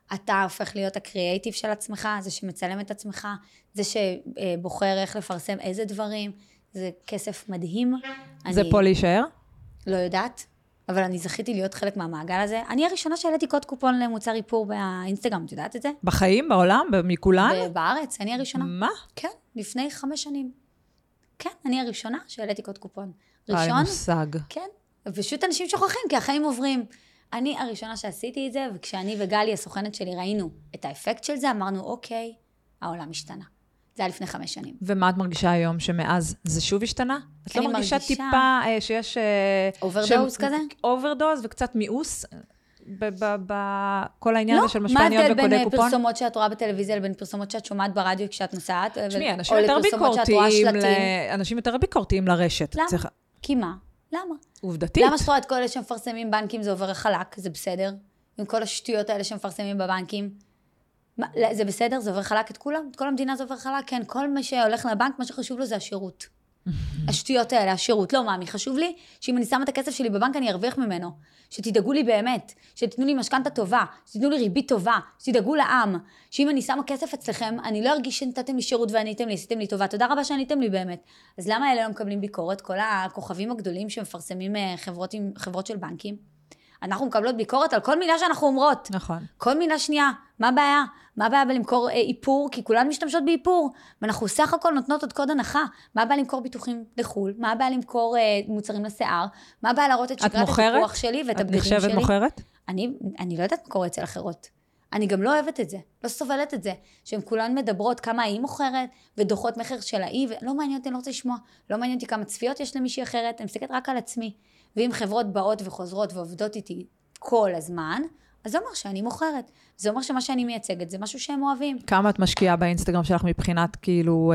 אתה הופך להיות הקריאייטיב של עצמך, זה שמצלם את עצמך, זה שבוחר איך לפרסם איזה דברים, זה כסף מדהים. זה פה להישאר? לא יודעת, אבל אני זכיתי להיות חלק מהמעגל הזה. אני הראשונה שהעליתי קוד קופון למוצר איפור באינסטגרם, את יודעת את זה? בחיים, בעולם, מכולן? בארץ, אני הראשונה. מה? כן, לפני 5 שנים. כן, אני הראשונה שהעליתי קוד קופון. ראשון? היה מושג. כן, ופשוט אנשים שוכחים, כי החיים עוברים. אני הראשונה שעשיתי את זה, וכשאני וגלי, הסוכנת שלי, ראינו את האפקט של זה, אמרנו, אוקיי, העולם השתנה. זה היה לפני 5 שנים. ומה את מרגישה היום, שמאז זה שוב השתנה? את לא מרגישה טיפה שיש... אוברדוז כזה? אוברדוז וקצת מיאוס, בכל העניין הזה של משפעניות וקודי קופון? מה ההבדל בין פרסומות שאת רואה בטלוויזיה, לבין פרסומות שאת שומעת ברדיו כשאת נוסעת? תשמעי, אנשים יותר ביקורתיים לרשת. למה? כי מה? למה? עובדתית. למה שאת כל אלה שמפרסמים בנקים זה עובר חלק, זה בסדר? עם כל השטויות האלה שמפרסמים בבנקים, זה בסדר? זה עובר חלק את כולם? את כל המדינה זה עובר חלק? כן, כל מי שהולך לבנק, מה שחשוב לו זה השירות. השטויות האלה, השירות. לא, מאמי, חשוב לי שאם אני שמה את הכסף שלי בבנק, אני ארוויח ממנו. שתדאגו לי באמת, שתיתנו לי משכנתא טובה, שתיתנו לי ריבית טובה, שתדאגו לעם, שאם אני שמה כסף אצלכם, אני לא ארגיש שנתתם לי שירות ועניתם לי, עשיתם לי טובה. תודה רבה שעניתם לי באמת. אז למה אלה לא מקבלים ביקורת? כל הכוכבים הגדולים שמפרסמים חברות של בנקים, אנחנו מקבלות ביקורת על כל מילה שאנחנו אומרות. נכון. כל מילה שנייה. מה הבעיה? מה הבעיה בלמכור איפור? כי כולן משתמשות באיפור. ואנחנו סך הכל נותנות עוד קוד הנחה. מה הבעיה למכור ביטוחים לחול? מה הבעיה למכור מוצרים לשיער? מה הבעיה להראות את שגרת הטיפוח שלי ואת הבגדים שלי? את נחשבת מוכרת? אני לא יודעת מה קורה אצל אחרות. אני גם לא אוהבת את זה. לא סובלת את זה. שהן כולן מדברות כמה היא מוכרת, ודוחות מחר של האי, ולא מעניין אותי, אני לא רוצה לשמוע. לא מעניין אותי כמה צפיות יש למישהי אחרת. אני מסתכלת רק על עצמי. ואם חברות באות וחוזרות ועובדות איתי כל הזמן, אז זה אומר שאני מוכרת. זה אומר שמה שאני מייצגת זה משהו שהם אוהבים. כמה את משקיעה באינסטגרם שלך מבחינת כאילו...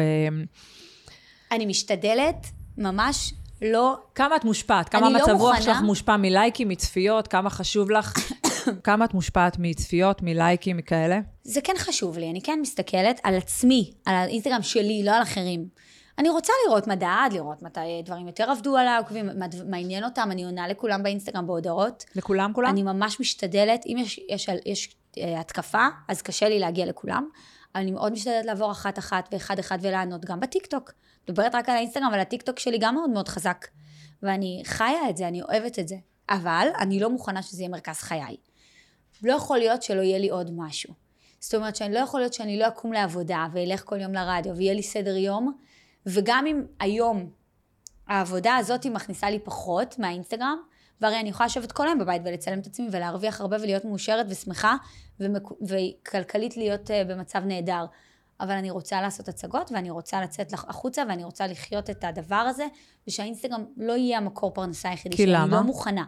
אני משתדלת ממש לא... כמה את מושפעת? כמה מצב רוח שלך מושפע מלייקים, מצפיות? כמה חשוב לך? כמה את מושפעת מצפיות, מלייקים, מכאלה? זה כן חשוב לי. אני כן מסתכלת על עצמי, על האינסטגרם שלי, לא על אחרים. אני רוצה לראות מדד, לראות מתי דברים יותר עבדו על העוקבים, מה עניין אותם, אני עונה לכולם באינסטגרם בהודעות. לכולם? אני ממש משתדלת, אם יש התקפה, אז קשה לי להגיע לכולם, אבל אני מאוד משתדלת לעבור אחת ואחד ולענות, גם בטיקטוק. מדברת רק על האינסטגרם, אבל הטיקטוק שלי גם מאוד מאוד חזק, ואני חיה את זה, אני אוהבת את זה, אבל אני לא מוכנה שזה יהיה מרכז חיי. לא יכול להיות שלא יהיה לי עוד משהו. זאת אומרת, לא יכול להיות שאני לא אקום לעבודה, ואלך כל יום לרדיו, ויהיה לי סדר יום, וגם אם היום העבודה הזאת מכניסה לי פחות מהאינסטגרם, והרי אני יכולה לשבת כל היום בבית ולצלם את עצמי ולהרוויח הרבה ולהיות מאושרת ושמחה וכלכלית להיות במצב נהדר. אבל אני רוצה לעשות הצגות ואני רוצה לצאת החוצה ואני רוצה לחיות את הדבר הזה, ושהאינסטגרם לא יהיה המקור פרנסה היחידי שאני לא מוכנה.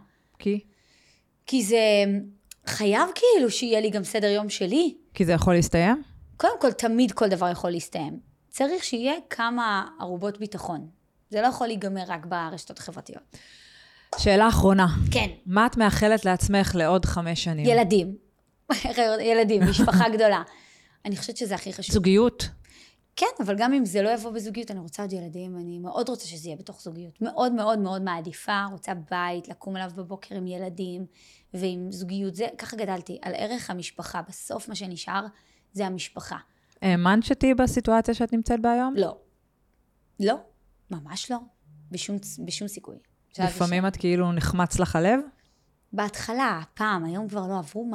כי זה חייב כאילו שיהיה לי גם סדר יום שלי. כי זה יכול להסתיים? קודם כל, תמיד כל דבר יכול להסתיים. צריך שיהיה כמה ערובות ביטחון. זה לא יכול להיגמר רק ברשתות החברתיות. שאלה אחרונה. כן. מה את מאחלת לעצמך לעוד 5 שנים? ילדים, משפחה גדולה. אני חושבת שזה הכי חשוב. זוגיות? כן, אבל גם אם זה לא יבוא בזוגיות, אני רוצה עוד ילדים, אני מאוד רוצה שזה יהיה בתוך זוגיות. מאוד מאוד מאוד מעדיפה, רוצה בית, לקום אליו בבוקר עם ילדים, ועם זוגיות. זה, ככה גדלתי, על ערך המשפחה. בסוף מה שנשאר זה המשפחה. האמנת שתהיי בסיטואציה שאת נמצאת בה היום? לא. לא, ממש לא. בשום סיכוי. לפעמים את כאילו נחמץ לך הלב? בהתחלה, פעם, היום כבר לא, עברו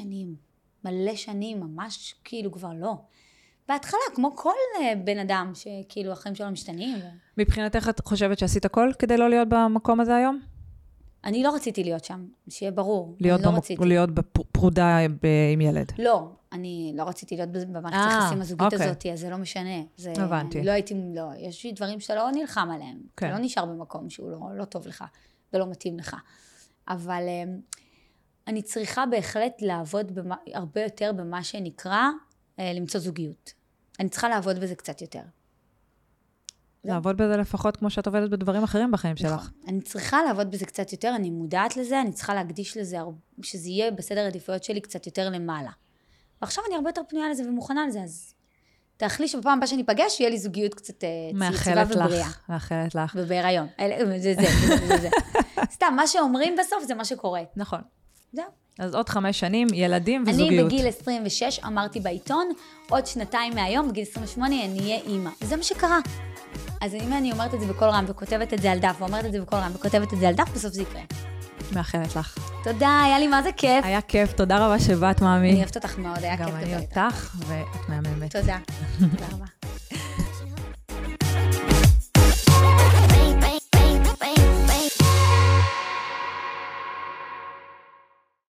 מלא שנים, ממש כאילו כבר לא. בהתחלה, כמו כל בן אדם שכאילו החיים שלו משתנים. מבחינתך את חושבת שעשית הכל כדי לא להיות במקום הזה היום? אני לא רציתי להיות שם, שיהיה ברור. להיות בפרודה עם ילד. לא, אני לא רציתי להיות במערכת היחסים הזוגית הזאת, אז זה לא משנה. הבנתי. לא הייתי, לא, יש דברים שאתה לא נלחם עליהם. אתה לא נשאר במקום שהוא לא טוב לך ולא מתאים לך. אבל אני צריכה בהחלט לעבוד הרבה יותר במה שנקרא למצוא זוגיות. אני צריכה לעבוד בזה קצת יותר. לעבוד בזה לפחות כמו שאת עובדת בדברים אחרים בחיים שלך. אני צריכה לעבוד בזה קצת יותר, אני מודעת לזה, אני צריכה להקדיש לזה, שזה יהיה בסדר העדיפויות שלי קצת יותר למעלה. ועכשיו אני הרבה יותר פנויה לזה ומוכנה לזה, אז תאכלי שבפעם הבאה שניפגש, יהיה לי זוגיות קצת יציבה ובריאה. מאחלת לך. ובהיריון. זה. סתם, מה שאומרים בסוף זה מה שקורה. נכון. זהו, אז עוד 5 שנים, ילדים וזוגיות. אני בגיל 26 אמרתי בעיתון, עוד 2 מהיום, בגיל 28 אני אהיה אימא. וזה מה שקרה. אז אם אני אומרת את זה בכל רם וכותבת את זה על דף, ואומרת את זה בכל רם וכותבת את זה על דף, בסוף זה יקרה. מאחלת לך. תודה, היה לי מה זה כיף. היה כיף, תודה רבה שבאת, מאמי. אני אוהבת אותך מאוד, היה כיף. גם אני אותך, ואת מהממת. תודה. תודה רבה.